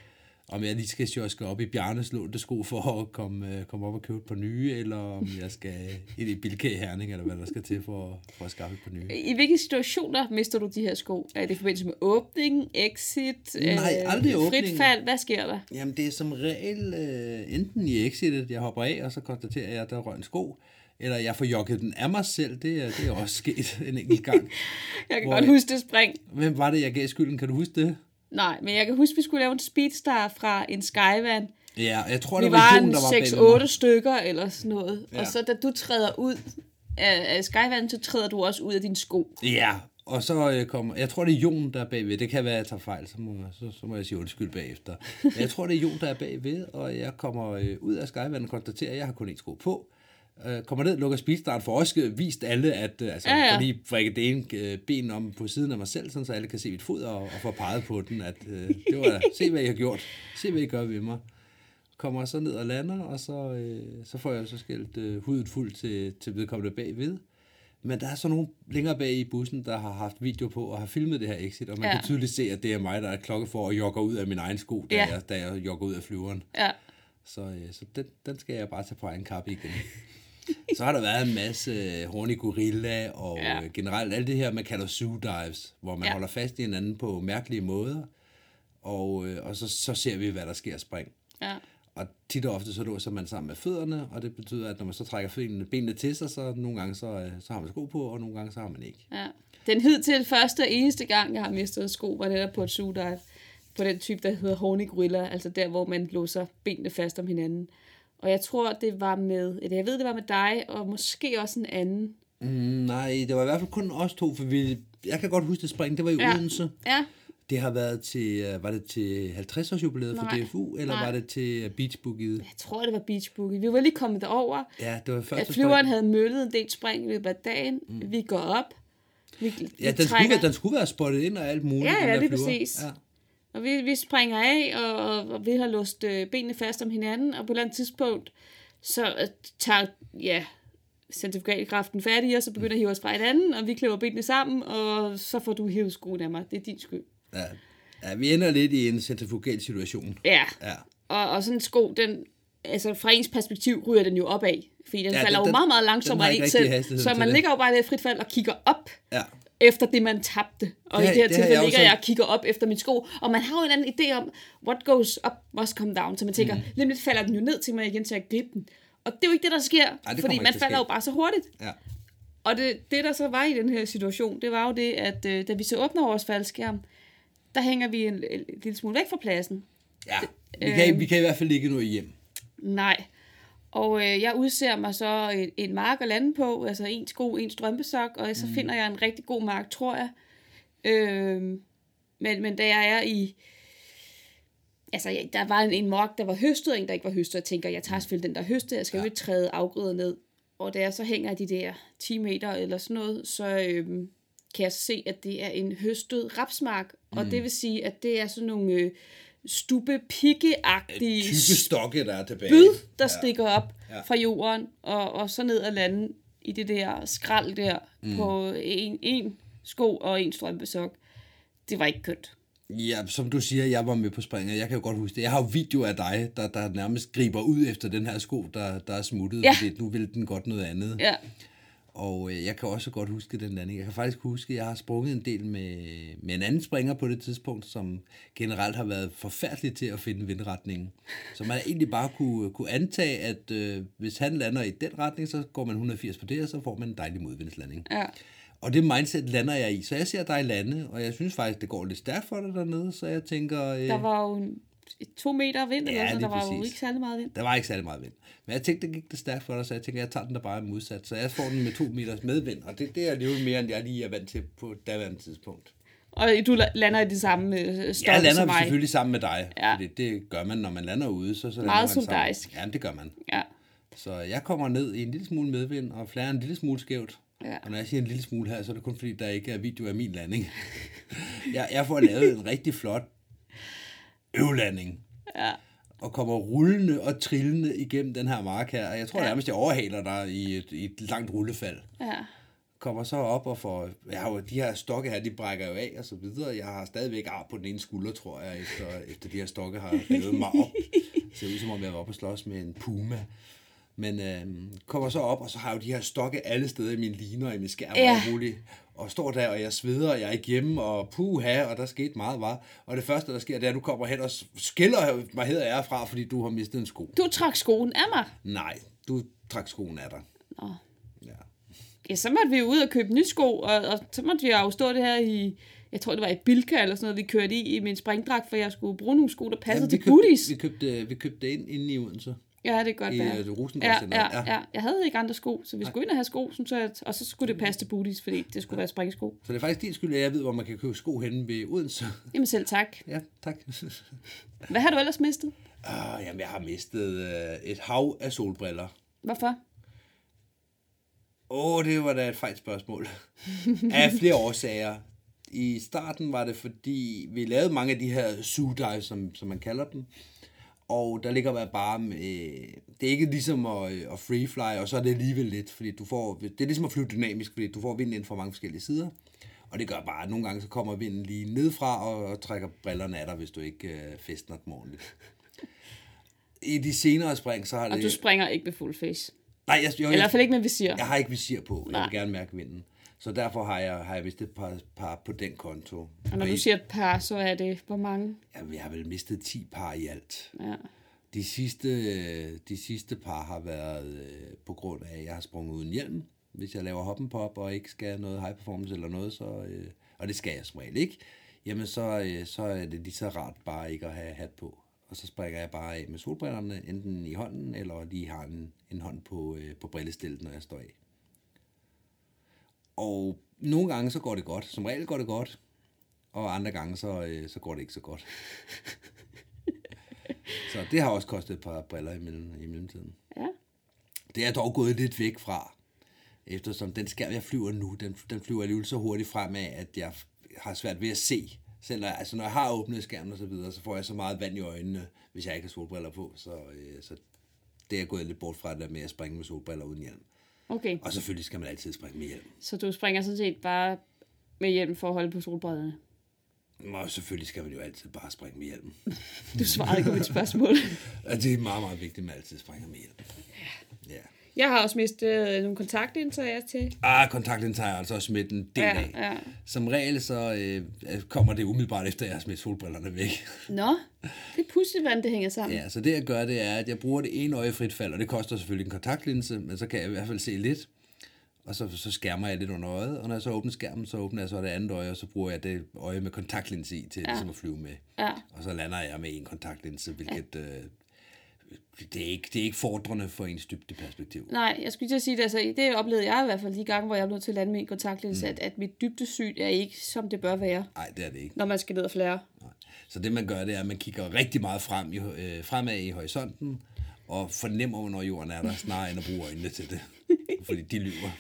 [SPEAKER 3] Om jeg lige skal sjoske op i Bjarnes lånte sko for at komme op og købe et par nye, eller om jeg skal ind i Bilka i Herning, eller hvad der skal til for at skaffe et par nye.
[SPEAKER 2] I hvilke situationer mister du de her sko? Er det i forbindelse med åbning, exit,
[SPEAKER 3] Nej, aldrig åbning.
[SPEAKER 2] frit fald? Hvad sker der?
[SPEAKER 3] Jamen, det er som regel enten i exitet, jeg hopper af, og så konstaterer jeg, at der røg en sko, eller jeg får jogget den af mig selv. Det er også sket en enkelt gang.
[SPEAKER 2] Jeg kan godt huske det spring.
[SPEAKER 3] Hvem var det, jeg gav skylden? Kan du huske det?
[SPEAKER 2] Nej, men jeg kan huske, vi skulle lave en speedstar fra en Skyvan.
[SPEAKER 3] Ja, jeg tror,
[SPEAKER 2] Vi
[SPEAKER 3] det var Jon, der var
[SPEAKER 2] var 6-8 stykker eller sådan noget.
[SPEAKER 3] Ja.
[SPEAKER 2] Og så da du træder ud af Skyvan, så træder du også ud af din sko.
[SPEAKER 3] Ja, og så kommer... Jeg tror, det er Jon, der er bagved. Det kan være, at jeg tager fejl, så må jeg sige undskyld bagefter. Men jeg tror, det er Jon, der er bagved, og jeg kommer ud af Skyvan og konstaterer, at jeg har kun 1 sko på. Kommer ned, lukker speedstart, for også vist alle, at for lige brække det ene ben om på siden af mig selv, sådan, så alle kan se mit fod og få peget på den, at det var, se hvad I har gjort, se hvad I gør ved mig. Kommer så ned og lander, og så får jeg så skældt hudet fuldt til vedkommende bagved. Men der er så nogen længere bag i bussen, der har haft video på og har filmet det her exit, og man kan tydeligt se, at det er mig, der er klokke for at jogge ud af min egen sko, da jeg jogger ud af flyveren.
[SPEAKER 2] Ja.
[SPEAKER 3] Så den skal jeg bare tage på egen kappe igen. Så har der været en masse horny gorilla og generelt alt det her, man kalder zoo dives, hvor man holder fast i hinanden på mærkelige måder, og så ser vi, hvad der sker spring.
[SPEAKER 2] Ja.
[SPEAKER 3] Og tit og ofte så låser man sammen med fødderne, og det betyder, at når man så trækker benene til sig, så nogle gange så har man sko på, og nogle gange så har man ikke.
[SPEAKER 2] Ja. Den hidtil første og eneste gang, jeg har mistet sko, var det der på et zoo dive, på den type, der hedder horny gorilla, altså der, hvor man låser benene fast om hinanden. Og jeg tror, det var med dig, og måske også en anden.
[SPEAKER 3] Nej, det var i hvert fald kun os 2, for jeg kan godt huske det spring, det var i Odense.
[SPEAKER 2] Ja.
[SPEAKER 3] Det har været til, var det til 50-års jubilæet for DFU, eller var det til Beach Boogie?
[SPEAKER 2] Jeg tror, det var Beach Boogie. Vi var lige kommet derover.
[SPEAKER 3] Ja, det var første
[SPEAKER 2] at flyveren havde møllet en del spring i løbet af dagen. Vi går op.
[SPEAKER 3] Den skulle være spottet ind og alt muligt.
[SPEAKER 2] Ja, det er præcis.
[SPEAKER 3] Ja.
[SPEAKER 2] Og vi springer af, og vi har låst benene fast om hinanden, og på et eller andet tidspunkt, så tager centrifugalkraften fat i os, og begynder at hive os fra hinanden, og vi klipper benene sammen, og så får du hivet skoen af mig. Det er din skyld.
[SPEAKER 3] Ja, vi ender lidt i en centrifugal situation.
[SPEAKER 2] Ja. Og sådan en sko, altså fra ens perspektiv ryger den jo opad, fordi den falder jo meget, meget langsommere end en selv. Så man ligger jo bare i det frit fald og kigger op. Ja. Efter det, man tabte. Og i det her tilfælde ligger jeg og kigger op efter min sko. Og man har jo en anden idé om, what goes up must come down. Så man tænker, lige lidt falder den jo ned til mig igen til at gribe den. Og det er jo ikke det, der sker. Fordi man falder jo bare så hurtigt. Ja. Og det, der så var i den her situation, det var jo det, at da vi så åbner vores faldskærm, der hænger vi en lille smule væk fra pladsen.
[SPEAKER 3] Ja, vi kan i hvert fald ikke nå hjem.
[SPEAKER 2] Nej. Og jeg udser mig så en mark at lande på, altså en sko, en strømpesok, og så finder jeg en rigtig god mark, tror jeg. Men da jeg er i... Altså, der var en mark, der var høstet, og en, der ikke var høstet. Jeg tænker, jeg tager selvfølgelig den, der høstet. Jeg skal jo ikke træde afgrøder ned. Og da jeg så hænger de der 10 meter eller sådan noget, så kan jeg se, at det er en høstet rapsmark. Og det vil sige, at det er sådan nogle... stubbe-pikke-agtige
[SPEAKER 3] tykke stokke, der er tilbage.
[SPEAKER 2] Byd, der stikker op fra jorden, og så ned og lande i det der skrald der på en sko og en strømpesok. Det var ikke kønt.
[SPEAKER 3] Ja, som du siger, jeg var med på springet. Jeg kan jo godt huske det. Jeg har jo video af dig, der nærmest griber ud efter den her sko, der er smuttet, fordi nu vil den godt noget andet.
[SPEAKER 2] Ja.
[SPEAKER 3] Og jeg kan også godt huske den landing. Jeg kan faktisk huske, at jeg har sprunget en del med en anden springer på det tidspunkt, som generelt har været forfærdelig til at finde vindretningen. Så man egentlig bare kunne antage, at hvis han lander i den retning, så går man 180 på det, og så får man en dejlig modvindslanding.
[SPEAKER 2] Ja.
[SPEAKER 3] Og det mindset lander jeg i. Så jeg ser dig lande, og jeg synes faktisk, det går lidt stærkt for dig dernede, så jeg tænker...
[SPEAKER 2] Der var jo 2 meter vind,
[SPEAKER 3] Ja,
[SPEAKER 2] eller så
[SPEAKER 3] lige
[SPEAKER 2] der var jo
[SPEAKER 3] præcis.
[SPEAKER 2] ikke særlig meget vind.
[SPEAKER 3] Der var ikke særlig meget vind. Men jeg tænkte, det gik det stærkt for dig, så jeg tænker, jeg tager den der bare modsat. Så jeg får den med 2 meters medvind, og det er alligevel mere, end jeg lige er vant til på daværende tidspunkt.
[SPEAKER 2] Og du lander i det samme
[SPEAKER 3] Jeg
[SPEAKER 2] stoppe som
[SPEAKER 3] lander
[SPEAKER 2] mig.
[SPEAKER 3] selvfølgelig sammen med dig,
[SPEAKER 2] Ja.
[SPEAKER 3] fordi det gør man, når man lander ude. Så lander
[SPEAKER 2] Meget
[SPEAKER 3] man sammen.
[SPEAKER 2] solidarisk.
[SPEAKER 3] Ja, det gør man.
[SPEAKER 2] Ja.
[SPEAKER 3] Så jeg kommer ned i en lille smule medvind, og flager en lille smule skævt.
[SPEAKER 2] Ja.
[SPEAKER 3] Og når jeg siger en lille smule her, så er det kun fordi, der ikke er video af min landing. jeg får lavet en rigtig flot øvlanding.
[SPEAKER 2] Ja.
[SPEAKER 3] Og kommer rullende og trillende igennem den her mark her. Og jeg tror nærmest, jeg overhaler dig i et langt rullefald.
[SPEAKER 2] Ja.
[SPEAKER 3] Kommer så op og får... Jeg har jo, de her stokke her, de brækker jo af og så videre. Jeg har stadigvæk ar på den ene skulder, tror jeg, efter de her stokke har revet mig op. Det ser ud som om, jeg var oppe og slås med en puma. Men kommer så op, og så har jeg jo de her stokke alle steder i mine liner og i min skærm og alt muligt. Og står der, og jeg sveder, og jeg er ikke hjemme, og puha, og der skete meget, var. Og det første, der sker, det er, at du kommer hen og skiller mig hedder jeg fra, fordi du har mistet en sko.
[SPEAKER 2] Du trak skoen af mig.
[SPEAKER 3] Nej, du trak skoen af dig.
[SPEAKER 2] Nå.
[SPEAKER 3] Ja.
[SPEAKER 2] Ja, så måtte vi jo ud og købe nye sko, og så måtte vi jo stå det her i, jeg tror det var i Bilka eller sådan noget, vi kørte i min springdragt, for jeg skulle bruge nogle sko, der passede til booties.
[SPEAKER 3] Vi købte det ind inde i Odense.
[SPEAKER 2] Ja, det er godt være.
[SPEAKER 3] I Rosengårdscenteret.
[SPEAKER 2] Ja. Jeg havde ikke andre sko, så vi skulle ind og have sko, og så skulle det passe til booties, fordi det skulle være springsko.
[SPEAKER 3] Så det er faktisk din skyld, at jeg ved, hvor man kan købe sko henne ved Odense.
[SPEAKER 2] Jamen selv tak.
[SPEAKER 3] Ja, tak.
[SPEAKER 2] Hvad har du ellers mistet?
[SPEAKER 3] Jamen, jeg har mistet et hav af solbriller.
[SPEAKER 2] Hvorfor?
[SPEAKER 3] Det var da et fejl spørgsmål. Af flere årsager. I starten var det, fordi vi lavede mange af de her zoo dives, som man kalder dem. Og der ligger bare det er ikke ligesom at freefly, og så er det alligevel lidt, fordi det er ligesom at flyve dynamisk, fordi du får vinden ind fra mange forskellige sider. Og det gør bare, at nogle gange så kommer vinden lige nedfra og trækker brillerne af dig, hvis du ikke fæstner dem ordentligt. I de senere spring, så har det...
[SPEAKER 2] Og du springer ikke med full face?
[SPEAKER 3] Nej,
[SPEAKER 2] eller i hvert fald ikke med visir?
[SPEAKER 3] Jeg har ikke visir på.
[SPEAKER 2] Nej.
[SPEAKER 3] Jeg vil gerne mærke vinden. Så derfor har jeg vist et par på den konto.
[SPEAKER 2] Og når du siger et par, så er det hvor mange?
[SPEAKER 3] Jamen, jeg har vel mistet 10 par i alt.
[SPEAKER 2] Ja.
[SPEAKER 3] De sidste par har været på grund af, at jeg har sprunget uden hjelm. Hvis jeg laver hoppen pop og ikke skal noget high performance eller noget, så, og det skal jeg som regel ikke, jamen så er det lige så rart bare ikke at have hat på. Og så springer jeg bare af med solbrillerne, enten i hånden, eller lige har en hånd på brillestillet, når jeg står af. Og nogle gange så går det godt. Som regel går det godt. Og andre gange så går det ikke så godt. Så det har også kostet et par briller i mellemtiden.
[SPEAKER 2] Ja.
[SPEAKER 3] Det er dog gået lidt væk fra. Eftersom den skærm, jeg flyver nu, den flyver alligevel så hurtigt fremad, at jeg har svært ved at se. Selv når jeg har åbnet skærmen og så videre, så får jeg så meget vand i øjnene, hvis jeg ikke har solbriller på. Så det er gået lidt bort fra det med at springe med solbriller uden hjelm.
[SPEAKER 2] Okay.
[SPEAKER 3] Og selvfølgelig skal man altid springe med hjelm.
[SPEAKER 2] Så du springer sådan set bare med hjelm for at holde på solbrillerne?
[SPEAKER 3] Og selvfølgelig skal man jo altid bare springe med hjelm.
[SPEAKER 2] Du svarede ikke på mit spørgsmål.
[SPEAKER 3] Og det er meget, meget vigtigt, at man altid springer med hjelm. Ja.
[SPEAKER 2] Jeg har også mistet nogle kontaktlinser til.
[SPEAKER 3] Kontaktlinser har jeg altså også smidt en del af.
[SPEAKER 2] Ja.
[SPEAKER 3] Som regel så kommer det umiddelbart efter, at jeg har smidt solbrillerne væk.
[SPEAKER 2] Nå, det er pudsigt, hvordan det hænger sammen.
[SPEAKER 3] Ja, så det jeg gør, det er, at jeg bruger det ene øje frit fald, og det koster selvfølgelig en kontaktlinse, men så kan jeg i hvert fald se lidt. Og så skærmer jeg lidt under øjet, og når jeg så åbner skærmen, så åbner jeg så det andet øje, og så bruger jeg det øje med kontaktlinse i til ligesom at flyve med.
[SPEAKER 2] Ja.
[SPEAKER 3] Og så lander jeg med en kontaktlinse, hvilket det er ikke fordrende for ens dybdeperspektiv.
[SPEAKER 2] Nej, jeg skulle til at sige det, altså det oplevede jeg i hvert fald de gange, hvor jeg blev nødt til at lande med en kontaktlinse, at mit dybdesyn er ikke, som det bør være.
[SPEAKER 3] Nej, det er det ikke.
[SPEAKER 2] Når man skal ned og flære.
[SPEAKER 3] Nej. Så det man gør, det er, at man kigger rigtig meget fremad i horisonten, og fornemmer, hvornår jorden er der, snarere end at bruge øjnene til det. Fordi de lyver.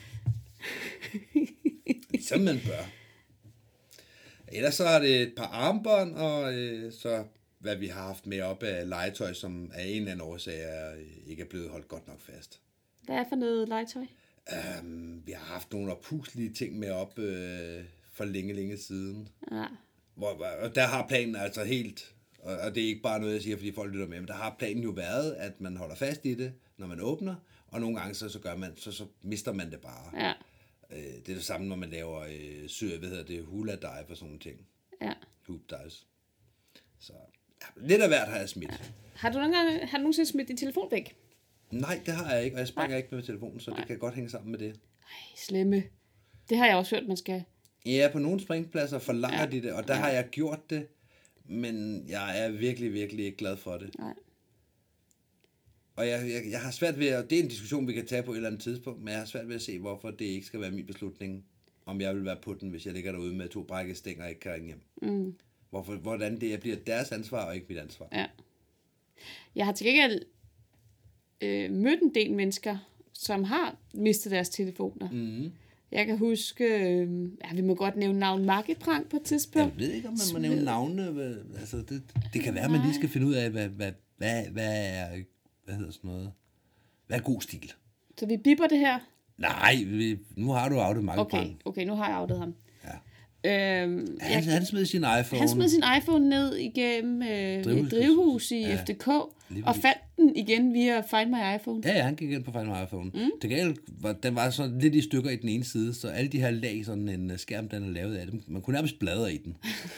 [SPEAKER 3] Som man bør. Ellers så er det et par armbånd, og så hvad vi har haft med op af legetøj, som af en eller anden årsag ikke er blevet holdt godt nok fast.
[SPEAKER 2] Hvad er for noget legetøj?
[SPEAKER 3] Vi har haft nogle opuslige ting med op for længe siden.
[SPEAKER 2] Ja.
[SPEAKER 3] Og der har planen altså helt, og det er ikke bare noget, jeg siger, fordi folk lytter med, men der har planen jo været, at man holder fast i det, når man åbner, og nogle gange så gør man, så mister man det bare.
[SPEAKER 2] Ja.
[SPEAKER 3] Det er det samme, når man laver hula dive og sådan nogle ting.
[SPEAKER 2] Ja.
[SPEAKER 3] Hoop dives. Så lidt af hvert har jeg smidt.
[SPEAKER 2] Ja. Har du nogensinde smidt din telefon væk?
[SPEAKER 3] Nej, det har jeg ikke, og jeg springer ikke med telefonen, så det kan godt hænge sammen med det.
[SPEAKER 2] Ej, slemme. Det har jeg også hørt, man skal.
[SPEAKER 3] Ja, på nogle springpladser forlanger de det, og der har jeg gjort det, men jeg er virkelig, virkelig ikke glad for det.
[SPEAKER 2] Nej.
[SPEAKER 3] Og jeg har svært ved, og det er en diskussion, vi kan tage på et eller andet tidspunkt, men jeg har svært ved at se, hvorfor det ikke skal være min beslutning, om jeg vil være på den, hvis jeg ligger derude med 2 brækkede stænger og ikke kan ringe hjem. Mm. Hvordan det bliver deres ansvar og ikke mit ansvar.
[SPEAKER 2] Ja. Jeg har til gengæld mødt en del mennesker, som har mistet deres telefoner. Mm. Jeg kan huske, vi må godt nævne navn Markeprang på et tidspunkt.
[SPEAKER 3] Jeg ved ikke, om man må nævne navnene. Altså, det kan være, at man lige skal finde ud af, hvad er, hvad hedder sådan noget, hvad er god stil.
[SPEAKER 2] Så vi bipper det her?
[SPEAKER 3] Nej, nu har du outet Markeprang.
[SPEAKER 2] Okay, nu har jeg outet ham.
[SPEAKER 3] Ja. Han smed sin iPhone.
[SPEAKER 2] Han smed sin iPhone ned igennem et drivhus i FDK, og fandt den igen via Find My iPhone.
[SPEAKER 3] Ja, han gik ind på Find My iPhone. Det galt, den var sådan lidt i stykker i den ene side, så alle de her lag, sådan en skærm, den er lavet af dem, man kunne nærmest bladre i den.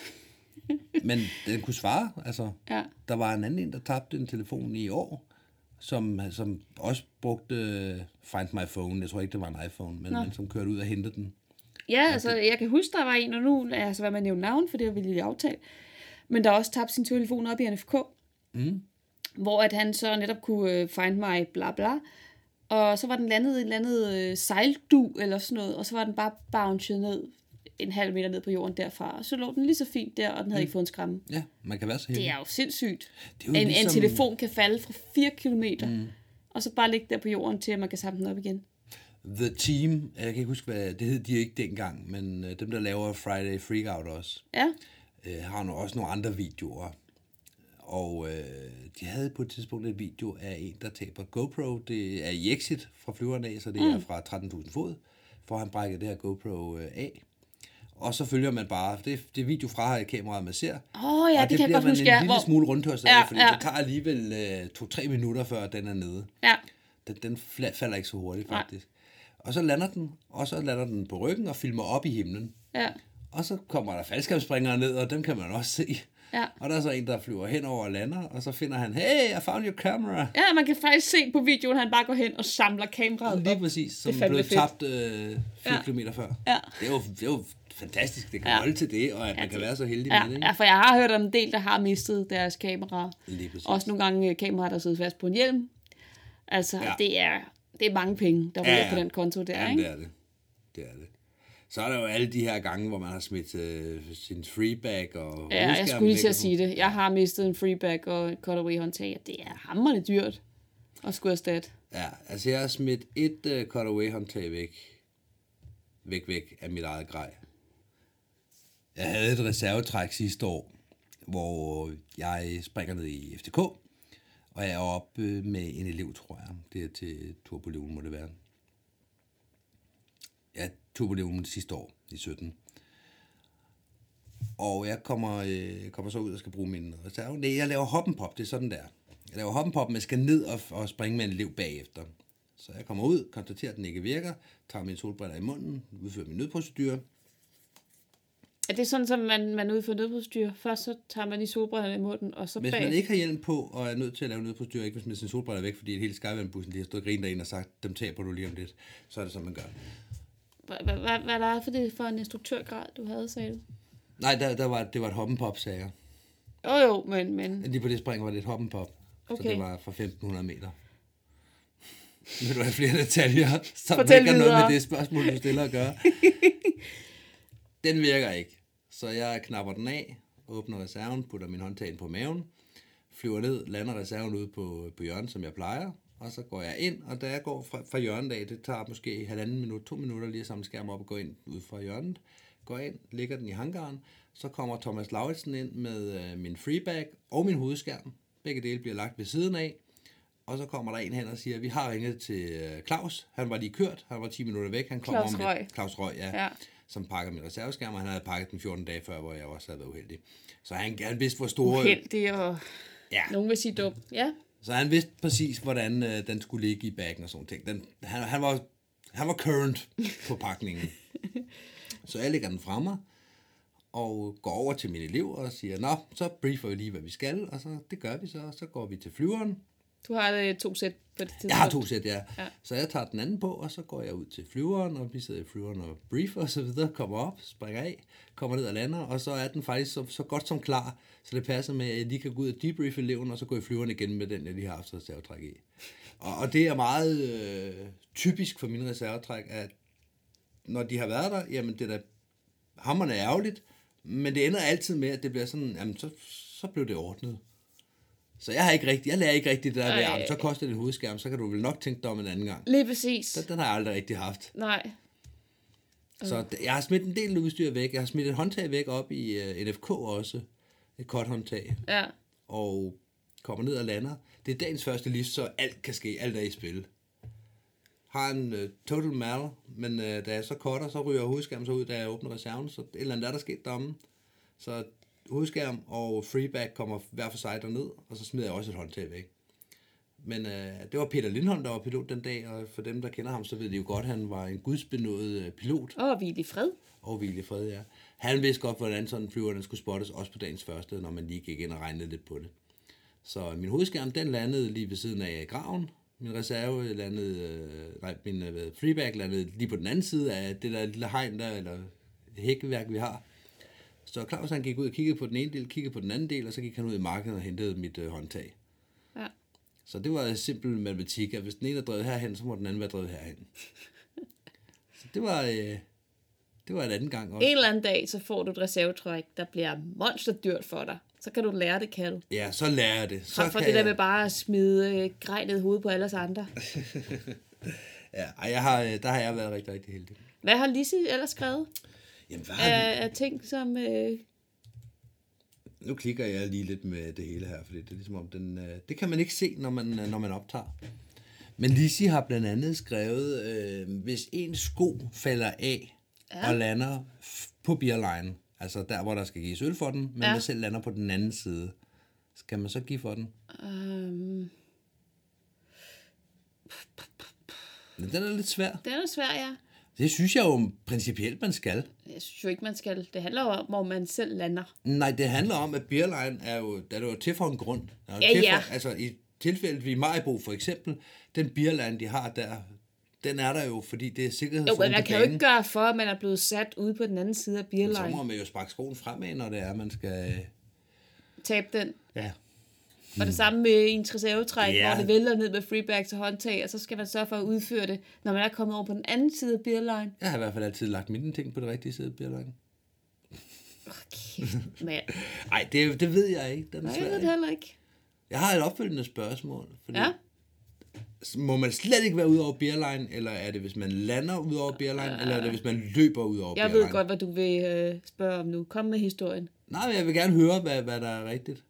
[SPEAKER 3] Men den kunne svare, altså. Ja. Der var en anden, der tabte en telefon i år, som også brugte Find My Phone. Jeg tror ikke, det var en iPhone, men som kørte ud og hentede den.
[SPEAKER 2] Ja, altså, jeg kan huske, der var en, og nu hvad man nævne navn, for det har vi lige aftalt. Men der også tabte sin telefon op i NFK, hvor at han så netop kunne find my bla bla, og så var den landet i et eller andet sejldu eller sådan noget, og så var den bare bounced ned en halv meter ned på jorden derfra, og så lå den lige så fint der, og den havde ikke fået en skræmme.
[SPEAKER 3] Ja, man kan være så heldig.
[SPEAKER 2] Det er jo sindssygt. Det er jo en telefon kan falde fra 4 kilometer, og så bare ligge der på jorden, til at man kan samle den op igen.
[SPEAKER 3] The Team, jeg kan ikke huske, hvad det hed de ikke dengang, men dem, der laver Friday Freakout også, har også nogle andre videoer. Og de havde på et tidspunkt en video af en, der taber GoPro. Det er i exit fra flyveren af, så det er fra 13.000 fod, for han brækker det her GoPro af. Og så følger man bare, det er video fra kameraet, man ser.
[SPEAKER 2] Og det kan jeg godt huske,
[SPEAKER 3] en lille smule rundtørs af, fordi det tager alligevel 2-3 minutter, før den er nede. Ja. Den falder ikke så hurtigt, faktisk. Og så lander den på ryggen og filmer op i himlen. Ja. Og så kommer der faldskærmsspringere ned, og dem kan man også se. Ja. Og der er så en, der flyver hen over og lander, og så finder han, hey, I found your camera.
[SPEAKER 2] Ja, man kan faktisk se på videoen, han bare går hen og samler kameraet op.
[SPEAKER 3] Lige præcis, som blev tabt 4 kilometer før. Ja. Det er jo fantastisk, det kan holde til det, og at man kan være så heldig med det. Ikke?
[SPEAKER 2] Ja, for jeg har hørt om en del, der har mistet deres kameraer. Lige præcis. Også nogle gange kameraer, der sidder fast på en hjelm. Altså, det er mange penge, der ryger på den konto der, ikke?
[SPEAKER 3] Det er det. Så er der jo alle de her gange, hvor man har smidt sin freebag og...
[SPEAKER 2] Ja, jeg skulle lige til at sige det. Jeg har mistet en freebag og et cutaway håndtag. Det er hamrende dyrt at skulle erstatte.
[SPEAKER 3] Ja, altså jeg har smidt et cutaway håndtag væk af mit eget grej. Jeg havde et reservetræk sidste år, hvor jeg springer ned i FDK, og jeg er oppe med en elev, tror jeg. Det er til Turboleven, må det være. Jeg tog på det sidste år, i 17. Og jeg kommer så ud og skal bruge min reserve. Nej, jeg laver hoppenpop, det er sådan der. Jeg laver hoppenpop, men jeg skal ned og springe med en elev bagefter. Så jeg kommer ud, konstaterer, at den ikke virker, tager mine solbriller i munden, udfører min nødprocedure.
[SPEAKER 2] Er det sådan, at man udfører nødprocedure? Først så tager man de solbriller i munden, og så
[SPEAKER 3] hvis man ikke har hjelm på, og er nødt til at lave nødprocedure, ikke hvis man sine solbriller væk, fordi hele Skyvand-bussen lige har stået og grinet derinde og sagt, dem taber du lige om lidt, så er det sådan, man gør.
[SPEAKER 2] Hvad er det for en instruktørgrad, du havde, sagde du?
[SPEAKER 3] Nej, det var et hoppenpop, sagde jeg.
[SPEAKER 2] Jo, men...
[SPEAKER 3] Lige på det spring var det et hoppenpop, okay. Så det var fra 1.500 meter. Vil du have flere detaljer, som ikke har noget med det spørgsmål, du stiller at gøre? Den virker ikke. Så jeg knapper den af, åbner reserven, putter min håndtag ind på maven, flyver ned, lander reserven ude på hjørnet, som jeg plejer, og så går jeg ind, og da jeg går fra hjørnet af, det tager måske 1,5 minut, 2 minutter lige at samle skærmen op og gå ind ud fra hjørnet, går ind, lægger den i hangaren, så kommer Thomas Lauritsen ind med min freebag og min hovedskærm. Begge dele bliver lagt ved siden af, og så kommer der en hen og siger, vi har ringet til Claus, han var lige kørt, han var 10 minutter væk, han kommer med Claus Røg, ja. Som pakker min reserveskærm, og han havde pakket den 14 dage før, hvor jeg også havde været uheldig. Så han vidste, hvor store...
[SPEAKER 2] Uheldig, og nogen vil sige dum. Ja.
[SPEAKER 3] Så han vidste præcis, hvordan den skulle ligge i baggen og sådan ting. Han Han var current på pakningen. Så jeg lægger den fra mig, og går over til mine elever og siger, nå, så briefer vi lige, hvad vi skal, og så det gør vi så, og så går vi til flyveren.
[SPEAKER 2] Du har 2 sæt på det tidspunkt.
[SPEAKER 3] Jeg har 2 sæt, ja. Så jeg tager den anden på, og så går jeg ud til flyveren, og vi sidder i flyveren og briefer og så videre, kommer op, springer af, kommer ned og lander, og så er den faktisk så godt som klar, så det passer med, at jeg lige kan gå ud og debriefe eleven, og så gå i flyveren igen med den, jeg lige har haft reservetræk i. Og det er meget typisk for mine reservetræk, at når de har været der, jamen det er da hamrende ærgerligt, men det ender altid med, at det bliver sådan, jamen så blev det ordnet. Så jeg lærer ikke rigtig det der ved, så koster det en hovedskærm, så kan du vel nok tænke dig om en anden gang.
[SPEAKER 2] Lige præcis.
[SPEAKER 3] Den har jeg aldrig rigtig haft.
[SPEAKER 2] Nej.
[SPEAKER 3] Så jeg har smidt en del udstyr væk. Jeg har smidt et håndtag væk op i NFK også. Et kort håndtag.
[SPEAKER 2] Ja.
[SPEAKER 3] Og kommer ned og lander. Det er dagens første lift, så alt kan ske. Alt er i spil. Har en total mal, men da jeg så cutter, så ryger hovedskærmen så ud, da jeg åbner reserven. Så et eller andet der sket deromme. Så hovedskærm og freeback kommer hver for sig derned, og så smider jeg også et håndtag væk. Men det var Peter Lindholm, der var pilot den dag, og for dem, der kender ham, så ved de jo godt, at han var en gudsbenået pilot.
[SPEAKER 2] Og hvil i fred.
[SPEAKER 3] Og hvil i fred, ja. Han vidste godt, hvordan sådan en flyver, den skulle spottes, også på dagens første, når man lige gik ind og regnede lidt på det. Så min hovedskærm, den landede lige ved siden af graven. Min reserve landede, min freeback landede lige på den anden side af det der lille hegn der, eller hækkeværk, vi har. Så Claus han gik ud og kiggede på den ene del, kiggede på den anden del, og så gik han ud i markedet og hentede mit håndtag.
[SPEAKER 2] Ja.
[SPEAKER 3] Så det var simpel matematik, at hvis den ene er drevet herhen, så må den anden være drevet herhen. Så det var en anden gang også.
[SPEAKER 2] En eller anden dag, så får du et reservetræk, der bliver monsterdyrt for dig. Så kan du lære det, Kalle.
[SPEAKER 3] Ja, så lærer jeg det. Så
[SPEAKER 2] for det der med bare at smide grej ned i hovedet på alle os andre.
[SPEAKER 3] Ja, der har jeg været rigtig, rigtig heldig.
[SPEAKER 2] Hvad har Lizzie ellers skrevet?
[SPEAKER 3] Jamen,
[SPEAKER 2] af ting, som...
[SPEAKER 3] Nu klikker jeg lige lidt med det hele her, fordi det er ligesom om det kan man ikke se, når man optager. Men Lizzie har blandt andet skrevet, hvis en sko falder af og lander på beerline, altså der, hvor der skal gives øl for den, men man selv lander på den anden side, skal man så give for den? Men den er lidt svær.
[SPEAKER 2] Den er svær, ja.
[SPEAKER 3] Det synes jeg jo principielt, man skal.
[SPEAKER 2] Jeg synes jo ikke, man skal. Det handler jo om, hvor man selv lander.
[SPEAKER 3] Nej, det handler om, at beerline er jo til for en grund. Altså i tilfældet ved Maribo for eksempel, den beerline, de har der, den er der jo, fordi det er sikkerhedszonen.
[SPEAKER 2] Jo, men man kan jo ikke gøre for, at man er blevet sat ude på den anden side af beerline.
[SPEAKER 3] Så må man jo sparke skoen fremad, når det er, man skal...
[SPEAKER 2] Tabe den.
[SPEAKER 3] Ja.
[SPEAKER 2] Og det samme med ens reservetræk, hvor det vælter ned med freeback til håndtag, og så skal man sørge for at udføre det, når man er kommet over på den anden side af beerline.
[SPEAKER 3] Jeg har i hvert fald altid lagt mine ting på det rigtige side af beerline.
[SPEAKER 2] Okay, mand.
[SPEAKER 3] Ej, det ved jeg ikke. Den er
[SPEAKER 2] Nej,
[SPEAKER 3] svær,
[SPEAKER 2] jeg ved det heller ikke.
[SPEAKER 3] Jeg har et opfølgende spørgsmål. Fordi må man slet ikke være ude over beerline, eller er det, hvis man lander ud over beerline, eller er det, hvis man løber ud over beerline?
[SPEAKER 2] Jeg ved godt, hvad du vil spørge om nu. Kom med historien.
[SPEAKER 3] Nej, jeg vil gerne høre, hvad der er rigtigt.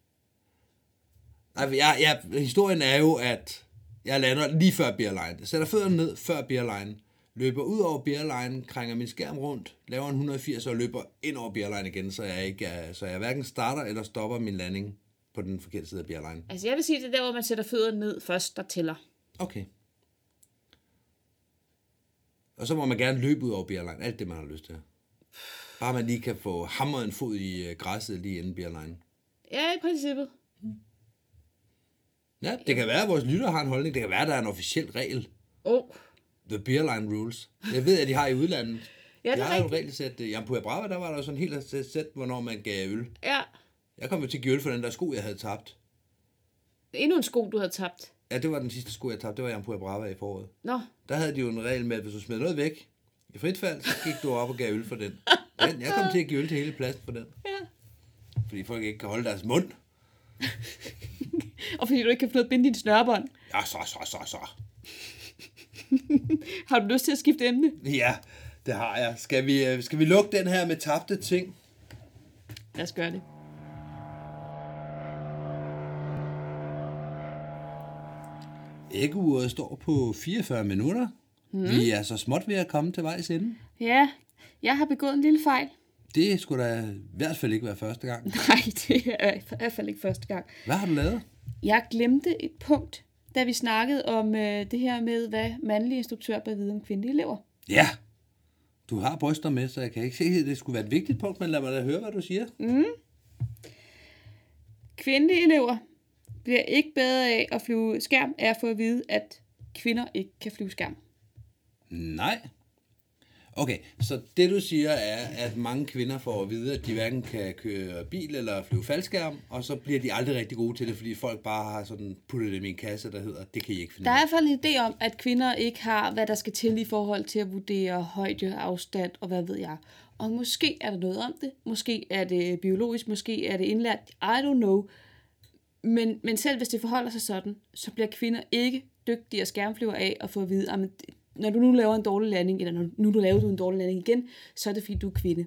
[SPEAKER 3] Historien er jo, at jeg lander lige før beerline. Jeg sætter fødderne ned før beerline, løber ud over beerline, krænger min skærm rundt, laver en 180 og løber ind over beerline igen, så jeg hverken starter eller stopper min landing på den forkerte side af beerline.
[SPEAKER 2] Altså jeg vil sige, det er der, hvor man sætter fødderne ned først, der tæller.
[SPEAKER 3] Okay. Og så må man gerne løbe ud over beerline, alt det man har lyst til. Bare man lige kan få hamret en fod i græsset lige inden beerline.
[SPEAKER 2] Ja, i princippet.
[SPEAKER 3] Ja, det kan være, at vores lytter har en holdning. Det kan være, at der er en officiel regel. The beerline rules. Jeg ved, at de har i udlandet.
[SPEAKER 2] Ja, det er
[SPEAKER 3] har jo en regelsæt. I Ampua Brava, der var der jo sådan helt sæt, hvornår man gav øl.
[SPEAKER 2] Ja.
[SPEAKER 3] Jeg kom jo til at give øl for den der sko, jeg havde tabt.
[SPEAKER 2] Endnu en sko, du havde tabt.
[SPEAKER 3] Ja, det var den sidste sko, jeg tabte. Det var i Ampua Brava i foråret.
[SPEAKER 2] Nå.
[SPEAKER 3] Der havde de jo en regel med, at hvis du smed noget væk i frit fald, så gik du op og gav øl for den. Jeg kom til at give øl til hele pladsen for den.
[SPEAKER 2] Ja.
[SPEAKER 3] Fordi folk ikke kan holde deres mund.
[SPEAKER 2] Og fordi du ikke kan få noget at binde din snørbånd.
[SPEAKER 3] Ja, så.
[SPEAKER 2] Har du lyst til at skifte emne?
[SPEAKER 3] Ja, det har jeg. Skal vi lukke den her med tabte ting?
[SPEAKER 2] Lad os gøre det.
[SPEAKER 3] Æggeuret står på 44 minutter. Vi er så småt ved at komme til vejs ende.
[SPEAKER 2] Ja, jeg har begået en lille fejl.
[SPEAKER 3] Det skulle da i hvert fald ikke være første gang.
[SPEAKER 2] Nej, det er i hvert fald ikke første gang.
[SPEAKER 3] Hvad har du lavet?
[SPEAKER 2] Jeg glemte et punkt da vi snakkede om det her med, hvad mandlige instruktører bør vide om kvindelige elever.
[SPEAKER 3] Ja, du har bryster med, så jeg kan ikke se, at det skulle være et vigtigt punkt, men lad mig da høre, hvad du siger.
[SPEAKER 2] Kvindelige elever bliver ikke bedre af at flyve skærm, af at få at vide, at kvinder ikke kan flyve skærm.
[SPEAKER 3] Nej. Okay, så det du siger er, at mange kvinder får at vide, at de hverken kan køre bil eller flyve faldskærm, og så bliver de aldrig rigtig gode til det, fordi folk bare har sådan puttet dem i en kasse, der hedder, det kan I ikke finde
[SPEAKER 2] Der er
[SPEAKER 3] ud
[SPEAKER 2] i
[SPEAKER 3] af.
[SPEAKER 2] hvert fald en idé om, at kvinder ikke har, hvad der skal til i forhold til at vurdere højde, afstand og hvad ved jeg. Og måske er der noget om det, måske er det biologisk, måske er det indlært, I don't know. Men selv hvis det forholder sig sådan, så bliver kvinder ikke dygtigere skærmflyver af at få at vide, at når du nu laver en dårlig landing, eller når nu du laver en dårlig landing igen, så er det fordi, du er kvinde.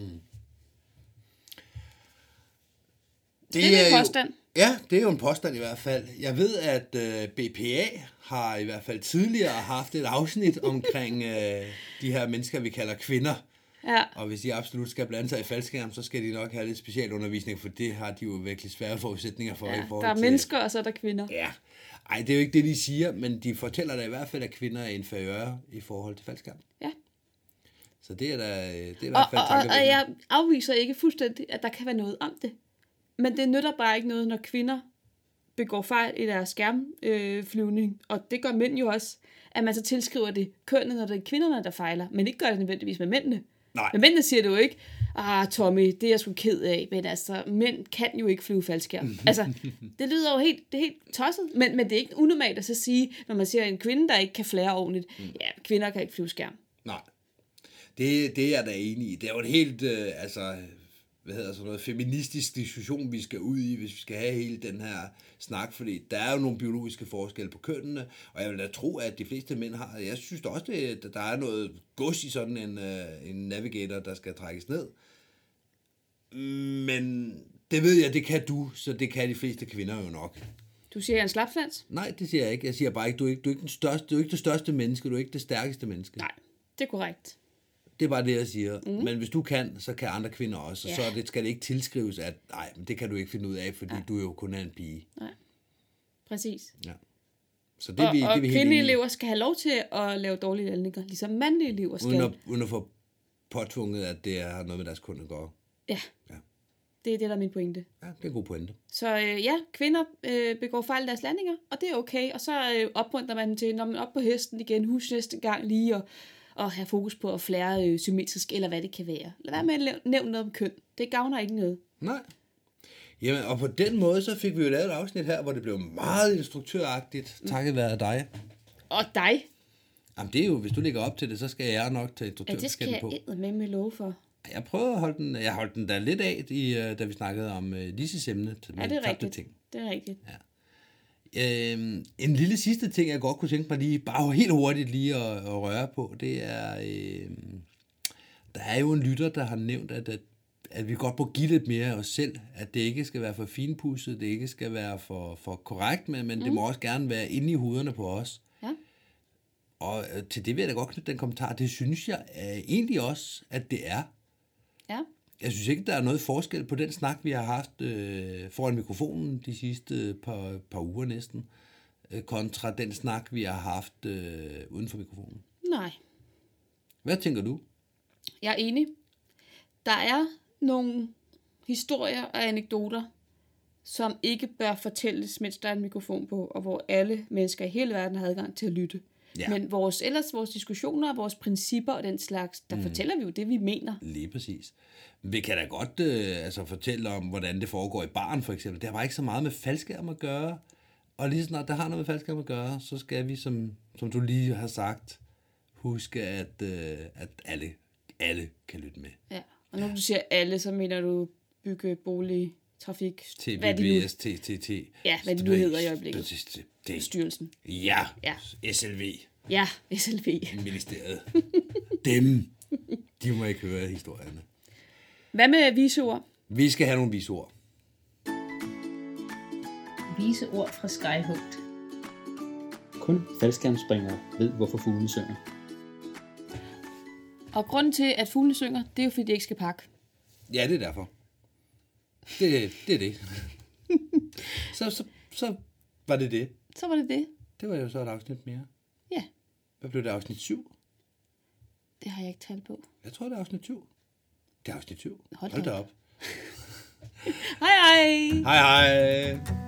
[SPEAKER 2] Det er min påstand.
[SPEAKER 3] Ja, det er jo en påstand i hvert fald. Jeg ved, at BPA har i hvert fald tidligere haft et afsnit omkring de her mennesker, vi kalder kvinder.
[SPEAKER 2] Ja.
[SPEAKER 3] Og hvis de absolut skal blande sig i faldskærm, så skal de nok have lidt specialundervisning, for det har de jo virkelig svære forudsætninger for.
[SPEAKER 2] Ja,
[SPEAKER 3] I forhold
[SPEAKER 2] der er
[SPEAKER 3] til
[SPEAKER 2] mennesker, og så er der kvinder.
[SPEAKER 3] Ja, ej, det er jo ikke det, de siger, men de fortæller da i hvert fald, at kvinder er inferiøre i forhold til faldskærm.
[SPEAKER 2] Ja.
[SPEAKER 3] Så det er da i hvert fald
[SPEAKER 2] og jeg afviser ikke fuldstændig, at der kan være noget om det. Men det nytter bare ikke noget, når kvinder begår fejl i deres skærmflyvning, og det gør mænd jo også, at man så tilskriver det kønnet, når det er kvinderne, der fejler, men ikke gør det nødvendigvis med mændene.
[SPEAKER 3] Nej.
[SPEAKER 2] Men mændene siger det jo ikke, Tommy, det er jeg sgu ked af, men altså, mænd kan jo ikke flyve faldskærm. Altså, det lyder jo helt tosset, men det er ikke unormalt at så sige, når man siger en kvinde, der ikke kan flære ordentligt, ja, kvinder kan ikke flyve skærm.
[SPEAKER 3] Nej, det er jeg da enig i. Det er jo en helt, feministisk diskussion, vi skal ud i, hvis vi skal have hele den her snak, fordi der er jo nogle biologiske forskelle på kønnene, og jeg vil da tro, at de fleste mænd har, jeg synes da også, at der er noget gods i sådan en navigator, der skal trækkes ned. Men det ved jeg, det kan du, så det kan de fleste kvinder jo nok.
[SPEAKER 2] Du siger, jeg er en slapsvans?
[SPEAKER 3] Nej, det siger jeg ikke. Jeg siger bare ikke, du er ikke den største, du er ikke det største menneske, du er ikke det stærkeste menneske.
[SPEAKER 2] Nej, det er korrekt.
[SPEAKER 3] Det er bare det, jeg siger. Men hvis du kan, så kan andre kvinder også.
[SPEAKER 2] Ja.
[SPEAKER 3] Så skal det ikke tilskrives, at nej, men det kan du ikke finde ud af, fordi du jo kun er en pige.
[SPEAKER 2] Nej, præcis.
[SPEAKER 3] Ja. Så det er vi,
[SPEAKER 2] og
[SPEAKER 3] det er vi helt
[SPEAKER 2] kvindelige
[SPEAKER 3] enige i.
[SPEAKER 2] elever skal have lov til at lave dårlige landninger, ligesom mandlige elever skal.
[SPEAKER 3] Uden at få påtvunget, at det har noget med deres kunde at gøre.
[SPEAKER 2] Ja. Det er det, der er min pointe.
[SPEAKER 3] Ja, det er en god pointe.
[SPEAKER 2] Så kvinder begår fejl i deres landinger, og det er okay. Og så opmuntrer man til, når man er op på hesten igen, husk næste gang lige at have fokus på at flære symmetrisk, eller hvad det kan være. Lad være med at nævne noget om køn. Det gavner ikke noget.
[SPEAKER 3] Nej. Jamen, og på den måde, så fik vi jo lavet et afsnit her, hvor det blev meget instruktøragtigt, takket være dig.
[SPEAKER 2] Og dig.
[SPEAKER 3] Jamen, det er jo, hvis du lægger op til det, så skal jeg nok tage
[SPEAKER 2] Ja, det skal
[SPEAKER 3] instruktørskænden på.
[SPEAKER 2] jeg med love for.
[SPEAKER 3] Jeg prøvede at holde den, jeg holdt den da lidt af, da vi snakkede om Lises emne.
[SPEAKER 2] Ja, det er rigtigt. Ting. Det er rigtigt.
[SPEAKER 3] Ja. En lille sidste ting, jeg godt kunne tænke mig lige, bare helt hurtigt lige at røre på, det er, der er jo en lytter, der har nævnt, at vi godt må give lidt mere af os selv, at det ikke skal være for finpudset, det ikke skal være for korrekt, men det må også gerne være inde i hovederne på os.
[SPEAKER 2] Ja.
[SPEAKER 3] Og til det vil jeg da godt knytte den kommentar, det synes jeg egentlig også, at det er.
[SPEAKER 2] Ja.
[SPEAKER 3] Jeg synes ikke, der er noget forskel på den snak, vi har haft foran mikrofonen de sidste par uger næsten, kontra den snak, vi har haft uden for mikrofonen.
[SPEAKER 2] Nej.
[SPEAKER 3] Hvad tænker du?
[SPEAKER 2] Jeg er enig. Der er nogle historier og anekdoter, som ikke bør fortælles, mens der er en mikrofon på, og hvor alle mennesker i hele verden har adgang til at lytte. Ja. Men vores diskussioner og vores principper og den slags, der fortæller vi jo det, vi mener.
[SPEAKER 3] Lige præcis. Vi kan da godt fortælle om, hvordan det foregår i baren for eksempel. Det har bare ikke så meget med faldskærm at gøre. Og lige snart der har noget med faldskærm at gøre, så skal vi, som du lige har sagt, huske, at alle kan lytte med.
[SPEAKER 2] Ja, og når du siger alle, så mener du bygge, bolig, trafik,
[SPEAKER 3] TBBS, TTT.
[SPEAKER 2] Ja, hvad det nu hedder i øjeblikket. Styrelsen.
[SPEAKER 3] Ja, SLV.
[SPEAKER 2] Ja, SLV.
[SPEAKER 3] Ministeriet. Dem, de må ikke høre historierne.
[SPEAKER 2] Hvad med viseord?
[SPEAKER 3] Vi skal have nogle viseord.
[SPEAKER 4] Viseord fra Skyhugt.
[SPEAKER 5] Kun faldskærmsspringere ved, hvorfor fuglene synger.
[SPEAKER 2] Og grunden til, at fuglene synger, det er jo, fordi de ikke skal pakke.
[SPEAKER 3] Ja, det er derfor. Det er det. Så var det det.
[SPEAKER 2] Så var det det.
[SPEAKER 3] Det var jo så et afsnit mere.
[SPEAKER 2] Ja,
[SPEAKER 3] Hvad blev det, afsnit 7?
[SPEAKER 2] det har jeg ikke talt på.
[SPEAKER 3] Jeg tror, det er afsnit 7. Det er afsnit 7.
[SPEAKER 2] Hold
[SPEAKER 3] Hold da
[SPEAKER 2] da
[SPEAKER 3] op.
[SPEAKER 2] Hej hej!
[SPEAKER 3] Hej hej.